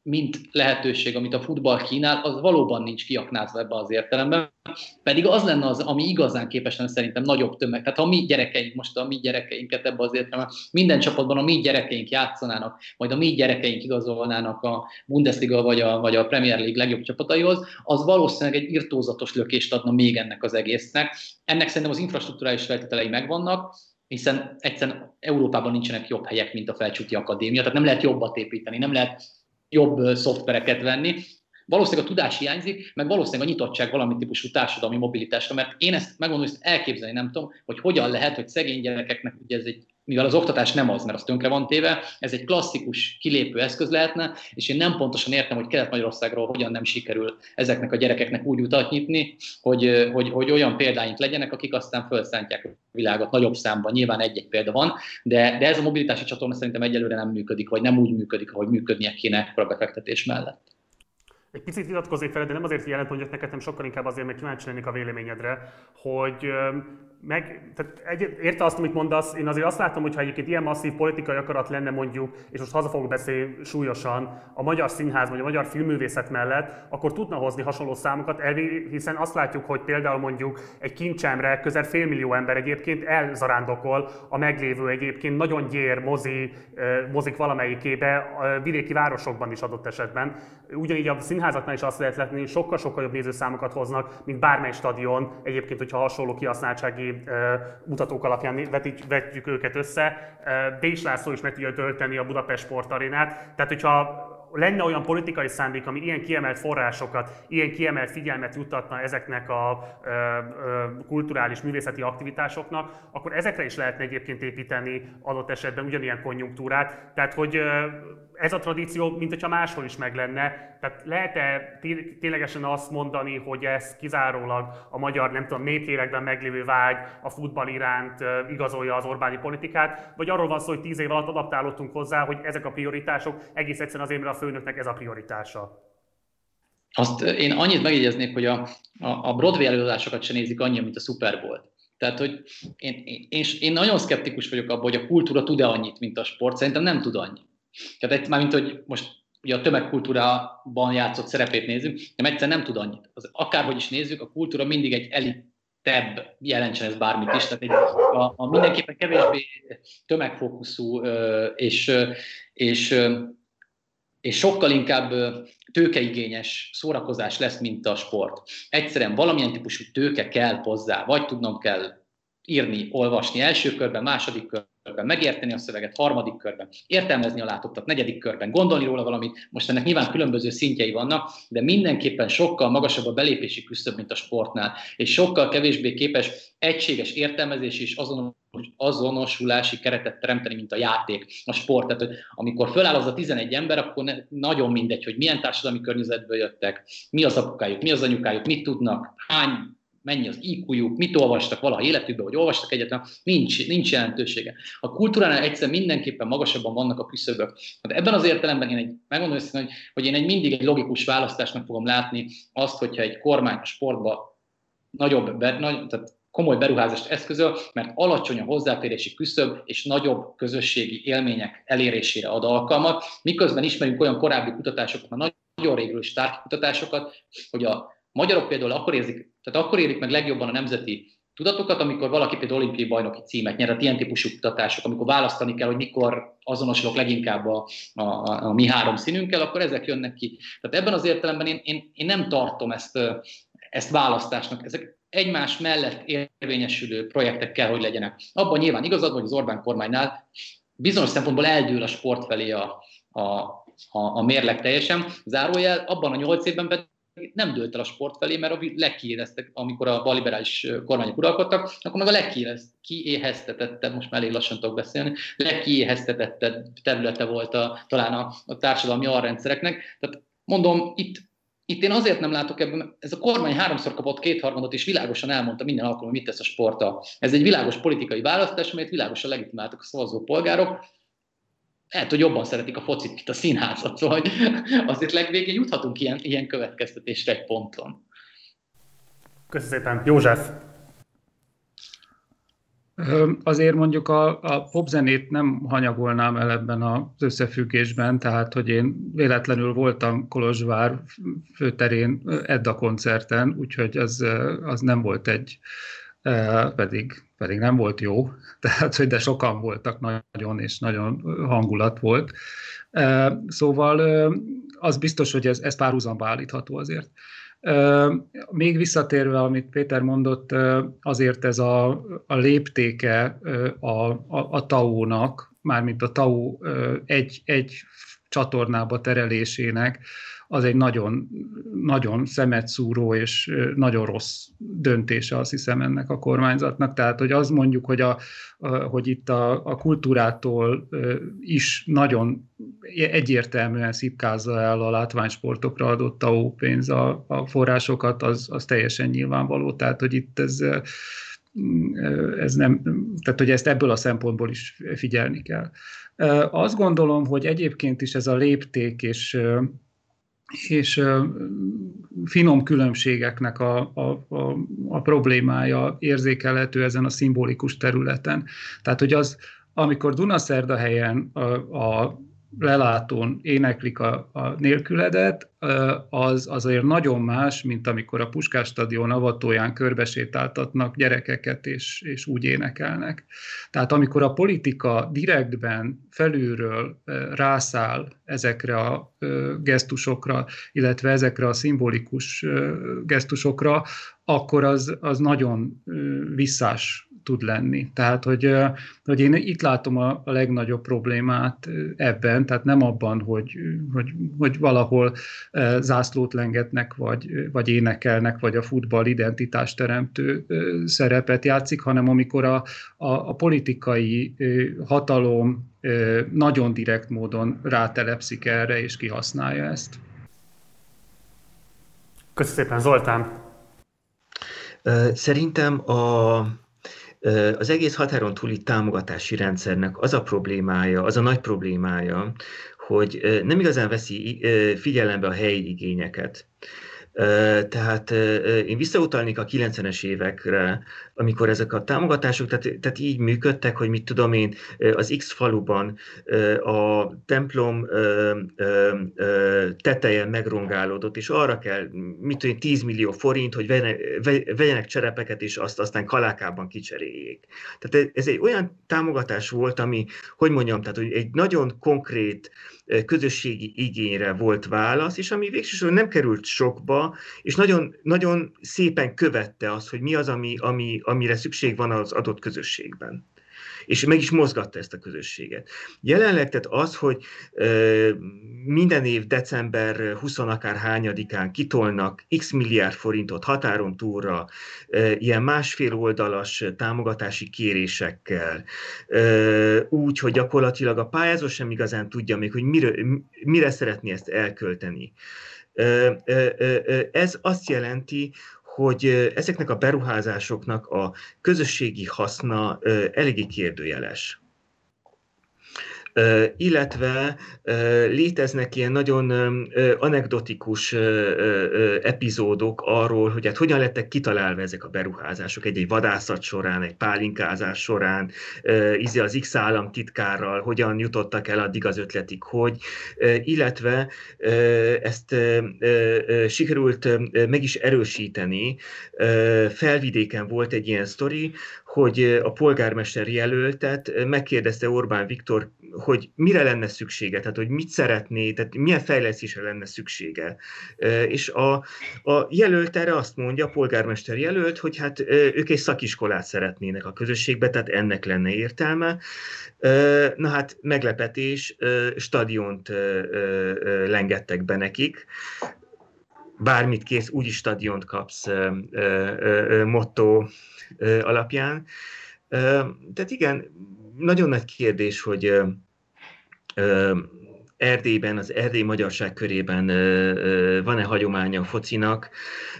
mint lehetőség, amit a futball kínál, az valóban nincs kiaknázva ebben az értelemben. Pedig az lenne az, ami igazán képes lenne szerintem nagyobb tömeg. Tehát ha mi gyerekeink, most a mi gyerekeinket ebben az értelemben, minden csapatban a mi gyerekeink játszanának, majd a mi gyerekeink igazolnának a Bundesliga vagy a Premier League legjobb csapataihoz, az valószínűleg egy irtózatos lökést adna még ennek az egésznek. Ennek szerintem az infrastrukturális feltételei megvannak, hiszen egyszerűen Európában nincsenek jobb helyek, mint a Felcsúti Akadémia, tehát nem lehet jobbat építeni, nem lehet jobb szoftvereket venni. Valószínűleg a tudás hiányzik, meg valószínűleg a nyitottság valami típusú társadalmi mobilitásra, mert én ezt megmondom, hogy ezt elképzelni nem tudom, hogy hogyan lehet, hogy szegény gyerekeknek, ugye ez egy, mivel az oktatás nem az, mert az tönkre van téve, ez egy klasszikus kilépő eszköz lehetne, és én nem pontosan értem, hogy Kelet-Magyarországról hogyan nem sikerül ezeknek a gyerekeknek úgy utat nyitni, hogy olyan példáink legyenek, akik aztán felszántják a világot nagyobb számban. Nyilván egy-egy példa van, de ez a mobilitási csatorna szerintem egyelőre nem működik, vagy nem úgy működik, ahogy működnie kéne ekkora befektetés mellett. Egy picit vitatkozik veled, de nem azért, hogy ellent mondjak neked, hanem sokkal inkább azért, mert kíváncsi lennék a véleményedre, hogy érte azt, amit mondasz, én azért azt látom, hogy ha egyébként ilyen masszív politikai akarat lenne mondjuk, és most haza fogok beszélni súlyosan, a magyar színház vagy a magyar filmművészet mellett, akkor tudna hozni hasonló számokat, hiszen azt látjuk, hogy például mondjuk egy Kincsemre közel 500 000 ember egyébként elzarándokol a meglévő egyébként nagyon gyér mozik valamelyikébe, a vidéki városokban is adott esetben. Ugyanígy a színházaknál is azt lehet látni, hogy sokkal jobb nézőszámokat hoznak, mint bármely stadion, egyébként, hogyha hasonló kihasználtsági mutatók alapján vetjük őket össze. Bés László is meg tudja tölteni a Budapest Sportarénát. Tehát, hogyha lenne olyan politikai szándék, ami ilyen kiemelt forrásokat, ilyen kiemelt figyelmet juttatna ezeknek a kulturális, művészeti aktivitásoknak, akkor ezekre is lehetne egyébként építeni adott esetben ugyanilyen konjunktúrát. Tehát, hogy ez a tradíció, mint hogyha máshol is meg lenne. Tehát lehet-e ténylegesen azt mondani, hogy ez kizárólag a magyar, nem tudom, néplélekben meglévő vágy a futball iránt igazolja az Orbáni politikát, vagy arról van szó, hogy 10 év alatt adaptálódtunk hozzá, hogy ezek a prioritások egész egyszerűen azért, mert a főnöknek ez a prioritása? Azt én annyit megjegyeznék, hogy a Broadway előadásokat se nézik annyian, mint a Super Bowl-t. Tehát, hogy én nagyon szkeptikus vagyok abban, hogy a kultúra tud-e annyit, mint a sport. Szerintem nem tud annyit. Tehát mármint, hogy most ugye a tömegkultúrában játszott szerepét nézzük, de egyszerűen nem tud annyit. Akárhogy is nézzük, a kultúra mindig egy elitebb, jelentsen ez bármit is, tehát a mindenképpen kevésbé tömegfókuszú és sokkal inkább tőkeigényes szórakozás lesz, mint a sport. Egyszerűen valamilyen típusú tőke kell hozzá, vagy tudnom kell írni, olvasni első körben, második körben, megérteni a szöveget, harmadik körben, értelmezni a látottat, negyedik körben, gondolni róla valamit. Most ennek nyilván különböző szintjei vannak, de mindenképpen sokkal magasabb a belépési küszöb, mint a sportnál, és sokkal kevésbé képes egységes értelmezés és azonosulási keretet teremteni, mint a játék, a sport. Tehát, hogy amikor föláll az a 11 ember, akkor nagyon mindegy, hogy milyen társadalmi környezetből jöttek, mi az apukájuk, mi az anyukájuk, mit tudnak, mennyi az IQ-juk, mit olvastak valaha életükben, vagy olvastak egyáltalán, nincs jelentősége. A kultúránál egyszer mindenképpen magasabban vannak a küszöbök. Hát ebben az értelemben megmondom őszintén, hogy én mindig egy logikus választásnak fogom látni azt, hogyha egy kormány a sportba tehát komoly beruházást eszközöl, mert alacsony a hozzáférési küszöb és nagyobb közösségi élmények elérésére ad alkalmat. Miközben ismerünk olyan korábbi kutatásokat, nagyon régről tárgyi kutatásokat, hogy a magyarok például akkor érik meg legjobban a nemzeti tudatokat, amikor valaki például olimpiai bajnoki címet nyer, ilyen típusú kutatások, amikor választani kell, hogy mikor azonosulok leginkább a mi három színünkkel, akkor ezek jönnek ki. Tehát ebben az értelemben én nem tartom ezt választásnak. Ezek egymás mellett érvényesülő projektek kell, hogy legyenek. Abban nyilván igazad, hogy az Orbán kormánynál bizonyos szempontból eldől a sport felé a mérleg teljesen. Zárójel, abban a 8 évben pedig nem dőlt el a sport felé, mert amikor a balliberális kormányok uralkodtak, akkor meg a legkiéheztetettebb, most már elég lassan tudok beszélni, legkiéheztetettebb területe volt talán a társadalmi alrendszereknek. Tehát mondom, itt én azért nem látok ebben, ez a kormány 3-szor kapott 2/3 és világosan elmondta minden alkalommal, mit tesz a sporttal. Ez egy világos politikai választás, amelyet világosan legitimáltak a szavazó polgárok. Lehet, hogy jobban szeretik a focit, mint a színházat, szóval azért legvégén juthatunk ilyen következtetésre egy ponton. Köszönöm szépen. József! Azért mondjuk a popzenét nem hanyagolnám el ebben az összefüggésben, tehát hogy én véletlenül voltam Kolozsvár főterén Edda koncerten, úgyhogy az nem volt pedig nem volt jó, tehát hogy de sokan voltak nagyon, és nagyon hangulat volt. Szóval az biztos, hogy ez párhuzamba állítható azért. Még visszatérve, amit Péter mondott, azért ez a léptéke a TAO-nak, mármint a TAO egy csatornába terelésének, az egy nagyon, nagyon szemetszúró és nagyon rossz döntése, azt hiszem, ennek a kormányzatnak. Tehát, hogy azt mondjuk, hogy itt a kultúrától is nagyon egyértelműen szipkázza el a látványsportokra adott TAO pénz a forrásokat, az teljesen nyilvánvaló. Tehát, hogy itt ez nem, tehát, hogy ezt ebből a szempontból is figyelni kell. Azt gondolom, hogy egyébként is ez a lépték és finom különbségeknek a problémája érzékelhető ezen a szimbolikus területen. Tehát, hogy amikor Dunaszerdahelyen a lelátón éneklik a nélküledet, az azért nagyon más, mint amikor a Puskás stadion avatóján körbesétáltatnak gyerekeket, és úgy énekelnek. Tehát amikor a politika direktben felülről rászáll ezekre a gesztusokra, illetve ezekre a szimbolikus gesztusokra, akkor az nagyon visszás tud lenni. Tehát, hogy én itt látom a legnagyobb problémát ebben, tehát nem abban, hogy valahol zászlót lengetnek, vagy énekelnek, vagy a futball identitásteremtő szerepet játszik, hanem amikor a politikai hatalom nagyon direkt módon rátelepszik erre, és kihasználja ezt. Köszönöm szépen, Zoltán! Szerintem az egész határon túli támogatási rendszernek az a nagy problémája, hogy nem igazán veszi figyelembe a helyi igényeket. Tehát én visszautalnék a 90-es évekre, amikor ezek a támogatások tehát így működtek, hogy mit tudom én, az X faluban a templom teteje megrongálódott, és arra kell, mit tudom én, 10 millió forint, hogy vegyenek cserepeket, és azt aztán Kalákában kicseréljék. Tehát ez egy olyan támogatás volt, ami, hogy mondjam, tehát hogy egy nagyon konkrét közösségi igényre volt válasz, és ami végsősorban nem került sokba, és nagyon, nagyon szépen követte azt, hogy mi az, amire szükség van az adott közösségben. És meg is mozgatta ezt a közösséget. Jelenleg tehát az, hogy minden év december 20 akárhányadikán kitolnak x milliárd forintot határon túlra, ilyen másfél oldalas támogatási kérésekkel, úgy, hogy gyakorlatilag a pályázó sem igazán tudja még, hogy mire szeretné ezt elkölteni. Ez azt jelenti, hogy ezeknek a beruházásoknak a közösségi haszna eléggé kérdőjeles. Illetve léteznek ilyen nagyon anekdotikus epizódok arról, hogy hát hogyan lettek kitalálva ezek a beruházások egy vadászat során, egy pálinkázás során, az X államtitkárral, hogyan jutottak el addig az ötletig, hogy, illetve ezt sikerült meg is erősíteni. Felvidéken volt egy ilyen sztori, hogy a polgármester jelöltet megkérdezte Orbán Viktor, hogy mire lenne szüksége, tehát hogy mit szeretné, tehát milyen fejlesztésre lenne szüksége. És a jelölt erre azt mondja, a polgármester jelölt, hogy hát ők egy szakiskolát szeretnének a közösségbe, tehát ennek lenne értelme. Na hát meglepetés, stadiont lengettek be nekik. Bármit kész, úgyis stadiont kapsz motto alapján. Tehát igen, nagyon nagy kérdés, hogy Erdélyben, az erdélyi magyarság körében van-e hagyománya a focinak.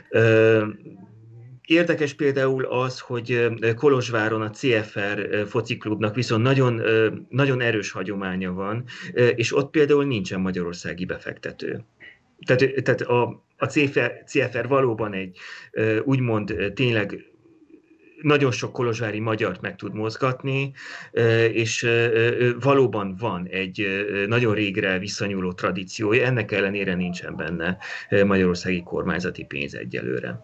Érdekes például az, hogy Kolozsváron a CFR fociklubnak viszont nagyon, nagyon erős hagyománya van, és ott például nincsen magyarországi befektető. Tehát a CFR valóban egy úgymond tényleg nagyon sok kolozsvári magyart meg tud mozgatni, és valóban van egy nagyon régre visszanyúló tradíciója, ennek ellenére nincsen benne magyarországi kormányzati pénz egyelőre.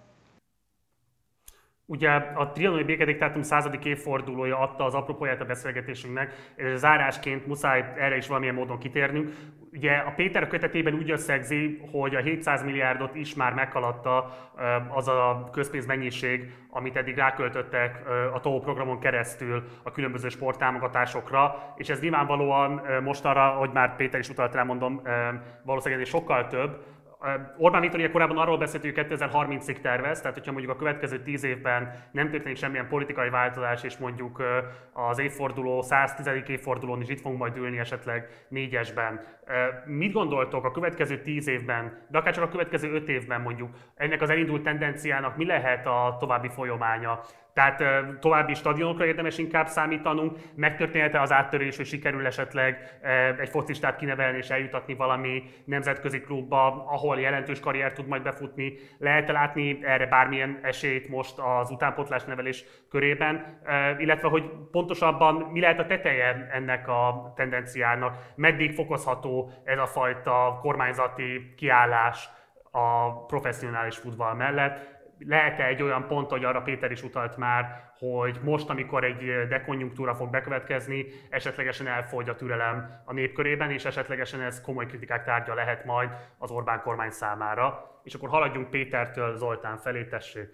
Ugye a trianoni békediktátum 100. évfordulója adta az apropóját a beszélgetésünknek, és zárásként muszáj erre is valamilyen módon kitérnünk. Ugye a Péter kötetében úgy összegzi, hogy a 700 milliárdot is már meghaladta az a közpénzmennyiség, amit eddig ráköltöttek a TOHO programon keresztül a különböző sporttámogatásokra, és ez nyilvánvalóan mostanra, hogy már Péter is utalt rá, mondom, valószínűleg sokkal több. Orbán Viktor ugye korábban arról beszélt, hogy 2030-ig tervez, tehát hogyha mondjuk a következő 10 évben nem történik semmilyen politikai változás, és mondjuk az évforduló, 110. évfordulón is itt fogunk majd ülni esetleg 4-esben. Mit gondoltok a következő 10 évben, de akár csak a következő 5 évben mondjuk, ennek az elindult tendenciának mi lehet a további folyamánya? Tehát további stadionokra érdemes inkább számítanunk, megtörténhet-e az áttörés, hogy sikerül esetleg egy focistát kinevelni és eljutatni valami nemzetközi klubba, ahol jelentős karrier tud majd befutni. Lehet-e látni erre bármilyen esélyt most az utánpótlás nevelés körében, illetve hogy pontosabban mi lehet a teteje ennek a tendenciának, meddig fokozható ez a fajta kormányzati kiállás a professzionális futball mellett. Lehet-e egy olyan pont, hogy arra Péter is utalt már, hogy most, amikor egy dekonjunktúra fog bekövetkezni, esetlegesen elfogy a türelem a nép körében, és esetlegesen ez komoly kritikák tárgya lehet majd az Orbán kormány számára. És akkor haladjunk Pétertől Zoltán felé, tessék.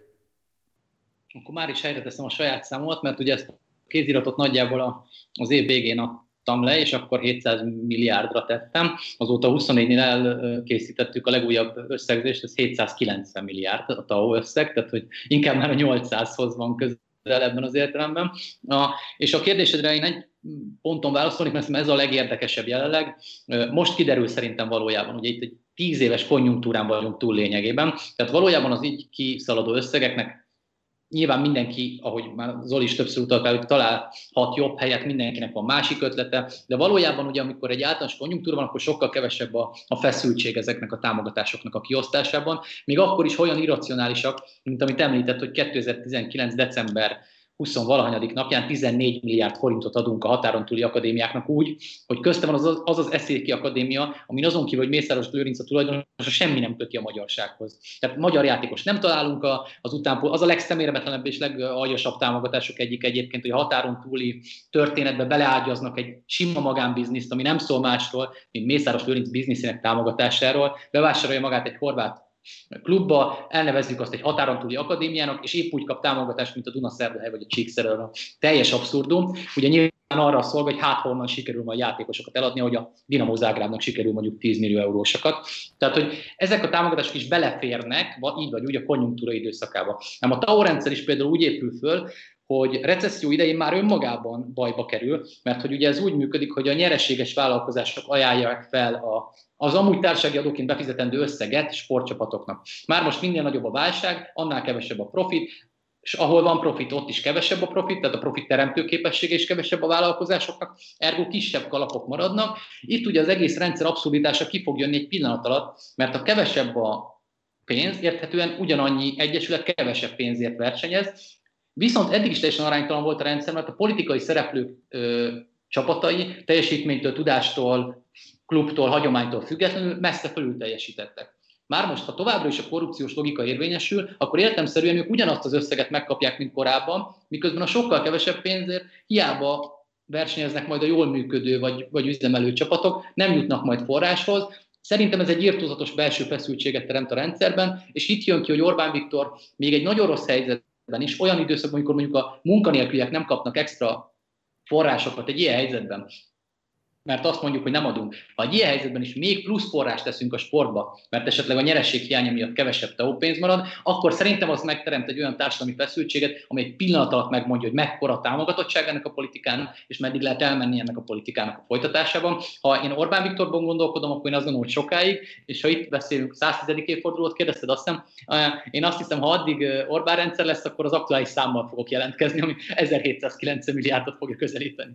Akkor már is helyre teszem a saját számomat, mert ugye ezt a kéziratot nagyjából az év végén adtam le, és akkor 700 milliárdra tettem. Azóta 24-nél elkészítettük a legújabb összegzést, ez 790 milliárd a TAO összeg, tehát hogy inkább már a 800-hoz van közel ebben az értelemben. És a kérdésedre én egy ponton válaszolnék, mert ez a legérdekesebb jelenleg. Most kiderül szerintem valójában, ugye itt egy 10 éves konjunktúrán vagyunk túl lényegében, tehát valójában az így kiszaladó összegeknek nyilván mindenki, ahogy már Zoli is többször utalt el, hogy találhat jobb helyet, mindenkinek van másik ötlete, de valójában ugye, amikor egy általános konjunktúra van, akkor sokkal kevesebb a feszültség ezeknek a támogatásoknak a kiosztásában, még akkor is olyan irracionálisak, mint amit említett, hogy 2019. december 20-valahanyadik napján 14 milliárd forintot adunk a határon túli akadémiáknak úgy, hogy közte van az Eszéki Akadémia, amin azon kívül, hogy Mészáros Lőrinc a tulajdonosa, semmi nem köti a magyarsághoz. Tehát magyar játékos nem találunk az a legszemérmetlenebb és legaljasabb támogatások egyik egyébként, hogy a határon túli történetbe beleágyaznak egy sima magánbizniszt, ami nem szól másról, mint Mészáros Lőrinc bizniszének támogatásáról, bevásárolja magát egy horvát klubba, elnevezzük azt egy határon túli akadémiának, és épp úgy kap támogatást, mint a Dunaszerdahely vagy a Csíkszereda. Teljes abszurdum. Ugye nyilván arra szolgál, hogy honnan sikerül majd játékosokat eladni, ahogy a Dinamo Zágrábnak sikerül mondjuk 10 millió eurósokat. Tehát, hogy ezek a támogatások is beleférnek, így vagy úgy a konjunktúra időszakába. Ám a TAO rendszer is például úgy épül föl, hogy recesszió idején már önmagában bajba kerül, mert hogy ugye ez úgy működik, hogy a nyereséges vállalkozások ajánlják fel az amúgy társasági adóként befizetendő összeget sportcsapatoknak. Már most minél nagyobb a válság, annál kevesebb a profit, és ahol van profit, ott is kevesebb a profit, tehát a profit teremtő képessége is kevesebb a vállalkozásoknak, ergo kisebb kalapok maradnak. Itt ugye az egész rendszer abszurditása ki fog jönni egy pillanat alatt, mert ha kevesebb a pénz, érthetően ugyanannyi egyesület kevesebb pénzért versenyez, viszont eddig is teljesen aránytalan volt a rendszer, mert a politikai szereplők csapatai teljesítménytől, tudástól, klubtól, hagyománytól függetlenül messze fölül teljesítettek. Már most, ha továbbra is a korrupciós logika érvényesül, akkor értelemszerűen ők ugyanazt az összeget megkapják, mint korábban, miközben a sokkal kevesebb pénzért hiába versenyeznek majd a jól működő vagy üzemelő csapatok, nem jutnak majd forráshoz. Szerintem ez egy irtózatos belső feszültséget teremt a rendszerben, és itt jön ki, hogy Orbán Viktor még egy nagyon rossz helyzetben is, olyan időszakban, amikor mondjuk a munkanélküliek nem kapnak extra forrásokat egy ilyen helyzetben, mert azt mondjuk, hogy nem adunk. Ha egy ilyen helyzetben is még plusz forrást teszünk a sportba, mert esetleg a nyereség hiánya miatt kevesebb TAO pénz marad, akkor szerintem az megteremt egy olyan társadalmi feszültséget, ami egy pillanat alatt megmondja, hogy mekkora a támogatottság ennek a politikának, és meddig lehet elmenni ennek a politikának a folytatásában. Ha én Orbán Viktorban gondolkodom, akkor én azt gondolom, hogy sokáig, és ha itt beszélünk 110. évfordulót, kérdezted, azt hiszem, én azt hiszem, ha addig Orbán rendszer lesz, akkor az aktuális számmal fogok jelentkezni, ami 1790 milliárdot fogja közelíteni.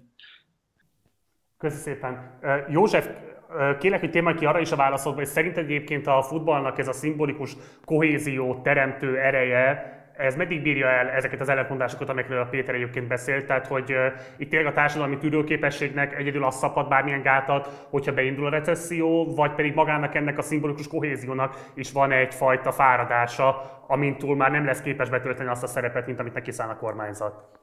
Köszönöm szépen. József, kérlek, hogy tényleg ki arra is a válaszodba, hogy szerinted egyébként a futballnak ez a szimbolikus kohézió teremtő ereje ez meddig bírja el ezeket az ellentmondásokat, amikről a Péter egyébként beszélt, tehát hogy itt tényleg a társadalmi tűrőképességnek egyedül az szabad bármilyen gátat, hogyha beindul a recesszió, vagy pedig magának ennek a szimbolikus kohéziónak is van egyfajta fáradása, amint túl már nem lesz képes betölteni azt a szerepet, mint amit neki szán a kormányzat.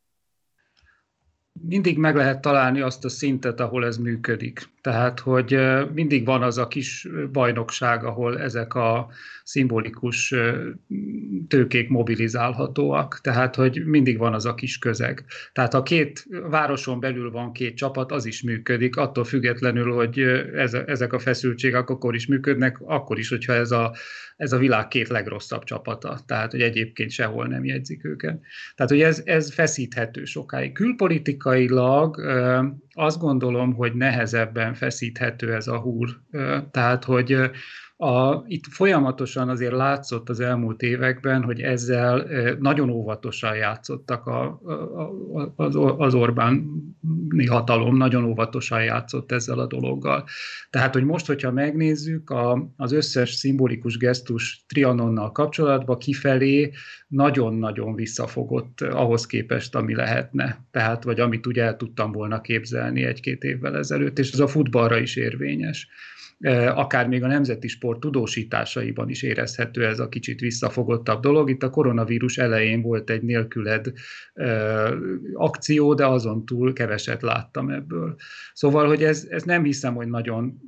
Mindig meg lehet találni azt a szintet, ahol ez működik. Tehát, hogy mindig van az a kis bajnokság, ahol ezek a szimbolikus tőkék mobilizálhatóak. Tehát, hogy mindig van az a kis közeg. Tehát, ha két városon belül van két csapat, az is működik, attól függetlenül, hogy ezek a feszültségek akkor is működnek, akkor is, hogyha ez a világ két legrosszabb csapata. Tehát, hogy egyébként sehol nem jegyzik őket. Tehát, hogy ez feszíthető sokáig. Külpolitikailag azt gondolom, hogy nehezebben feszíthető ez a húr. Tehát, hogy itt folyamatosan azért látszott az elmúlt években, hogy ezzel nagyon óvatosan játszottak az Orbáni hatalom, nagyon óvatosan játszott ezzel a dologgal. Tehát, hogy most, hogyha megnézzük, az összes szimbolikus gesztus Trianonnal kapcsolatban kifelé nagyon-nagyon visszafogott ahhoz képest, ami lehetne. Tehát, vagy amit úgy el tudtam volna képzelni 1-2 évvel ezelőtt, és ez a futballra is érvényes. Akár még a nemzeti sport tudósításaiban is érezhető ez a kicsit visszafogottabb dolog. Itt a koronavírus elején volt egy nélküled akció, de azon túl keveset láttam ebből. Szóval, hogy ez nem hiszem, hogy nagyon,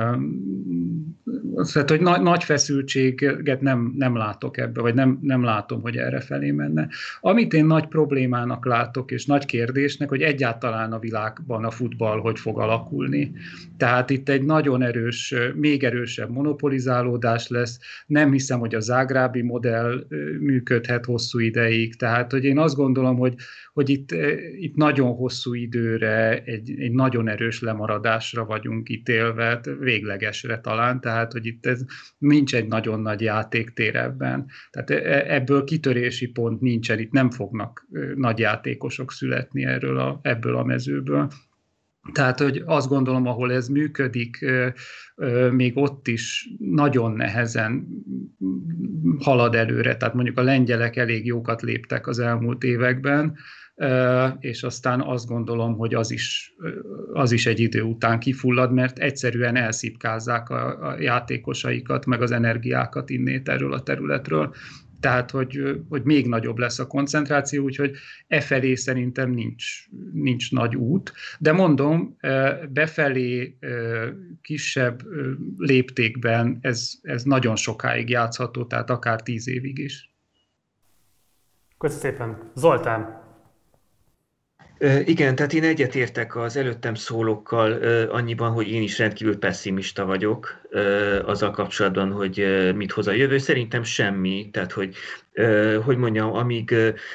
tehát, hogy nagy feszültséget nem látok ebbe, vagy nem látom, hogy erre felé menne. Amit én nagy problémának látok, és nagy kérdésnek, hogy egyáltalán a világban a futball hogy fog alakulni. Tehát itt egy nagyon erős, még erősebb monopolizálódás lesz. Nem hiszem, hogy a zágrábi modell működhet hosszú ideig. Tehát, hogy én azt gondolom, hogy itt nagyon hosszú időre egy nagyon erős lemaradásra vagyunk ítélve, véglegesre talán, tehát, hogy itt nincs egy nagyon nagy játéktér ebben. Tehát ebből kitörési pont nincsen, itt nem fognak nagy játékosok születni ebből a mezőből. Tehát, hogy azt gondolom, ahol ez működik, még ott is nagyon nehezen halad előre. Tehát mondjuk a lengyelek elég jókat léptek az elmúlt években, és aztán azt gondolom, hogy az is egy idő után kifullad, mert egyszerűen elszipkázzák a játékosaikat, meg az energiákat innét erről a területről. Tehát, hogy még nagyobb lesz a koncentráció, úgyhogy efelé szerintem nincs nagy út. De mondom, befelé kisebb léptékben ez nagyon sokáig játszható, tehát akár 10 évig is. Köszönöm szépen. Zoltán! Igen, tehát én egyetértek az előttem szólókkal annyiban, hogy én is rendkívül pesszimista vagyok azzal kapcsolatban, hogy mit hoz a jövő. Szerintem semmi, tehát hogy mondjam, amíg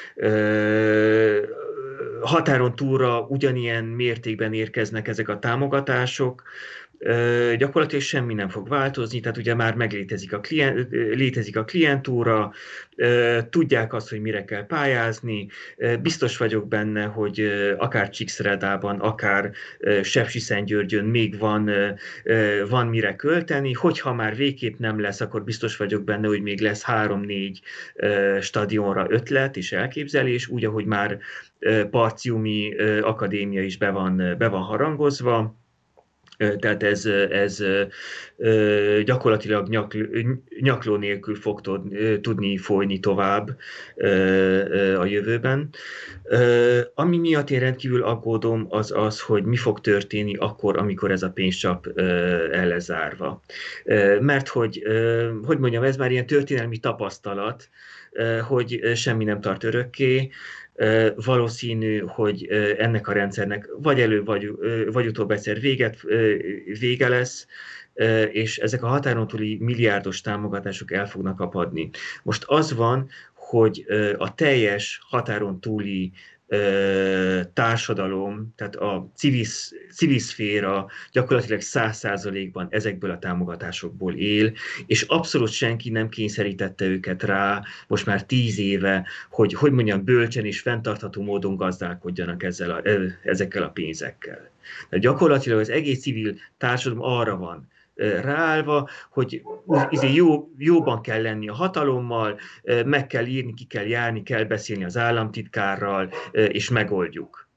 határon túlra ugyanilyen mértékben érkeznek ezek a támogatások, gyakorlatilag semmi nem fog változni, tehát ugye már létezik a klientúra, tudják azt, hogy mire kell pályázni, biztos vagyok benne, hogy akár Csíkszeredában, akár Sepsiszentgyörgyön még van mire költeni, hogyha már végképp nem lesz, akkor biztos vagyok benne, hogy még lesz 3-4 stadionra ötlet és elképzelés, úgy, ahogy már Parciumi akadémia is be van harangozva. Tehát ez gyakorlatilag nyakló nélkül fog tudni folyni tovább a jövőben. Ami miatt én rendkívül aggódom, az, hogy mi fog történni akkor, amikor ez a pénzcsap el lesz zárva. Mert hogy mondjam, ez már ilyen történelmi tapasztalat, hogy semmi nem tart örökké. Valószínű, hogy ennek a rendszernek vagy előbb, vagy utóbb egyszer vége lesz, és ezek a határon túli milliárdos támogatások el fognak apadni. Most az van, hogy a teljes határon túli társadalom, tehát a civil szféra gyakorlatilag 100%-ban ezekből a támogatásokból él, és abszolút senki nem kényszerítette őket rá most már 10 éve, hogy mondjam, bölcsen és fenntartható módon gazdálkodjanak ezekkel a pénzekkel. Tehát gyakorlatilag az egész civil társadalom arra van ráállva, hogy jóban kell lenni a hatalommal, meg kell írni, ki kell járni, kell beszélni az államtitkárral, és megoldjuk.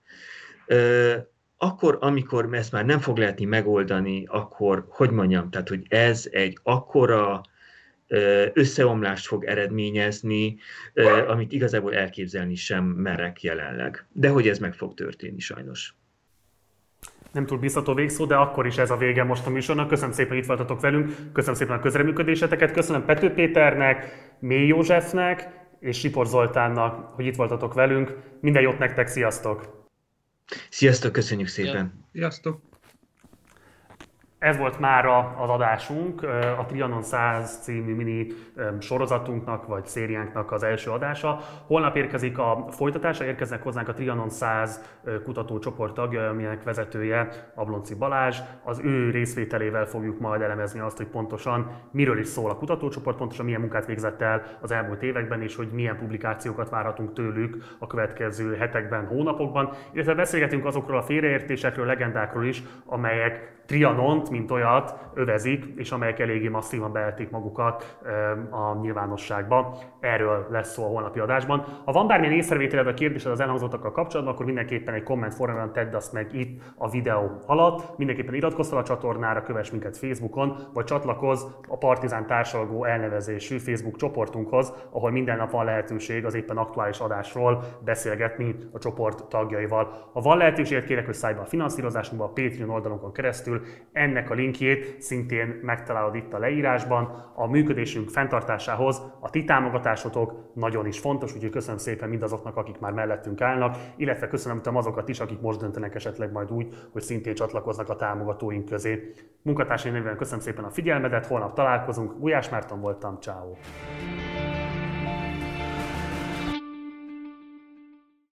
Akkor, amikor ezt már nem fog lehetni megoldani, akkor, hogy mondjam, tehát, hogy ez egy akkora összeomlást fog eredményezni, amit igazából elképzelni sem merek jelenleg. De hogy ez meg fog történni sajnos. Nem túl biztató végszó, de akkor is ez a vége most a műsornak. Köszönöm szépen, hogy itt voltatok velünk, köszönöm szépen a közreműködéseteket, köszönöm Pető Péternek, Mély Józsefnek és Sipor Zoltánnak, hogy itt voltatok velünk. Minden jót nektek, sziasztok! Sziasztok, köszönjük szépen! Sziasztok! Ez volt mára az adásunk, a Trianon 100 című mini sorozatunknak vagy szériánknak az első adása. Holnap érkezik a folytatása, érkeznek hozzánk a Trianon 100 kutatócsoport tagja, aminek vezetője Ablonci Balázs. Az ő részvételével fogjuk majd elemezni azt, hogy pontosan miről is szól a kutatócsoport, pontosan milyen munkát végzett el az elmúlt években, és hogy milyen publikációkat várhatunk tőlük a következő hetekben, hónapokban. Illetve beszélgetünk azokról a félreértésekről, legendákról is, amelyek Trianont, mint olyat övezik, és amelyek eléggé masszívan beelték magukat a nyilvánosságba. Erről lesz szó a holnapi adásban. Ha van bármilyen észrevételed vagy kérdésed az elhangzottakkal kapcsolatban, akkor mindenképpen egy komment formában tedd azt meg itt a videó alatt. Mindenképpen iratkozz fel a csatornára, kövess minket Facebookon, vagy csatlakozz a Partizán társalgó elnevezésű Facebook csoportunkhoz, ahol minden nap van lehetőség az éppen aktuális adásról beszélgetni a csoport tagjaival. Ha van lehetőséget, kérek, hogy szállj be a finanszírozásunkba a Patreon oldalunkon keresztül. Ennek a linkjét szintén megtalálod itt a leírásban. A működésünk fenntartásához a ti támogatásotok nagyon is fontos, úgyhogy köszönöm szépen mindazoknak, akik már mellettünk állnak, illetve köszönöm azokat is, akik most döntenek esetleg majd úgy, hogy szintén csatlakoznak a támogatóink közé. Munkatársaim nevében köszönöm szépen a figyelmedet, holnap találkozunk. Gulyás Márton voltam, ciao.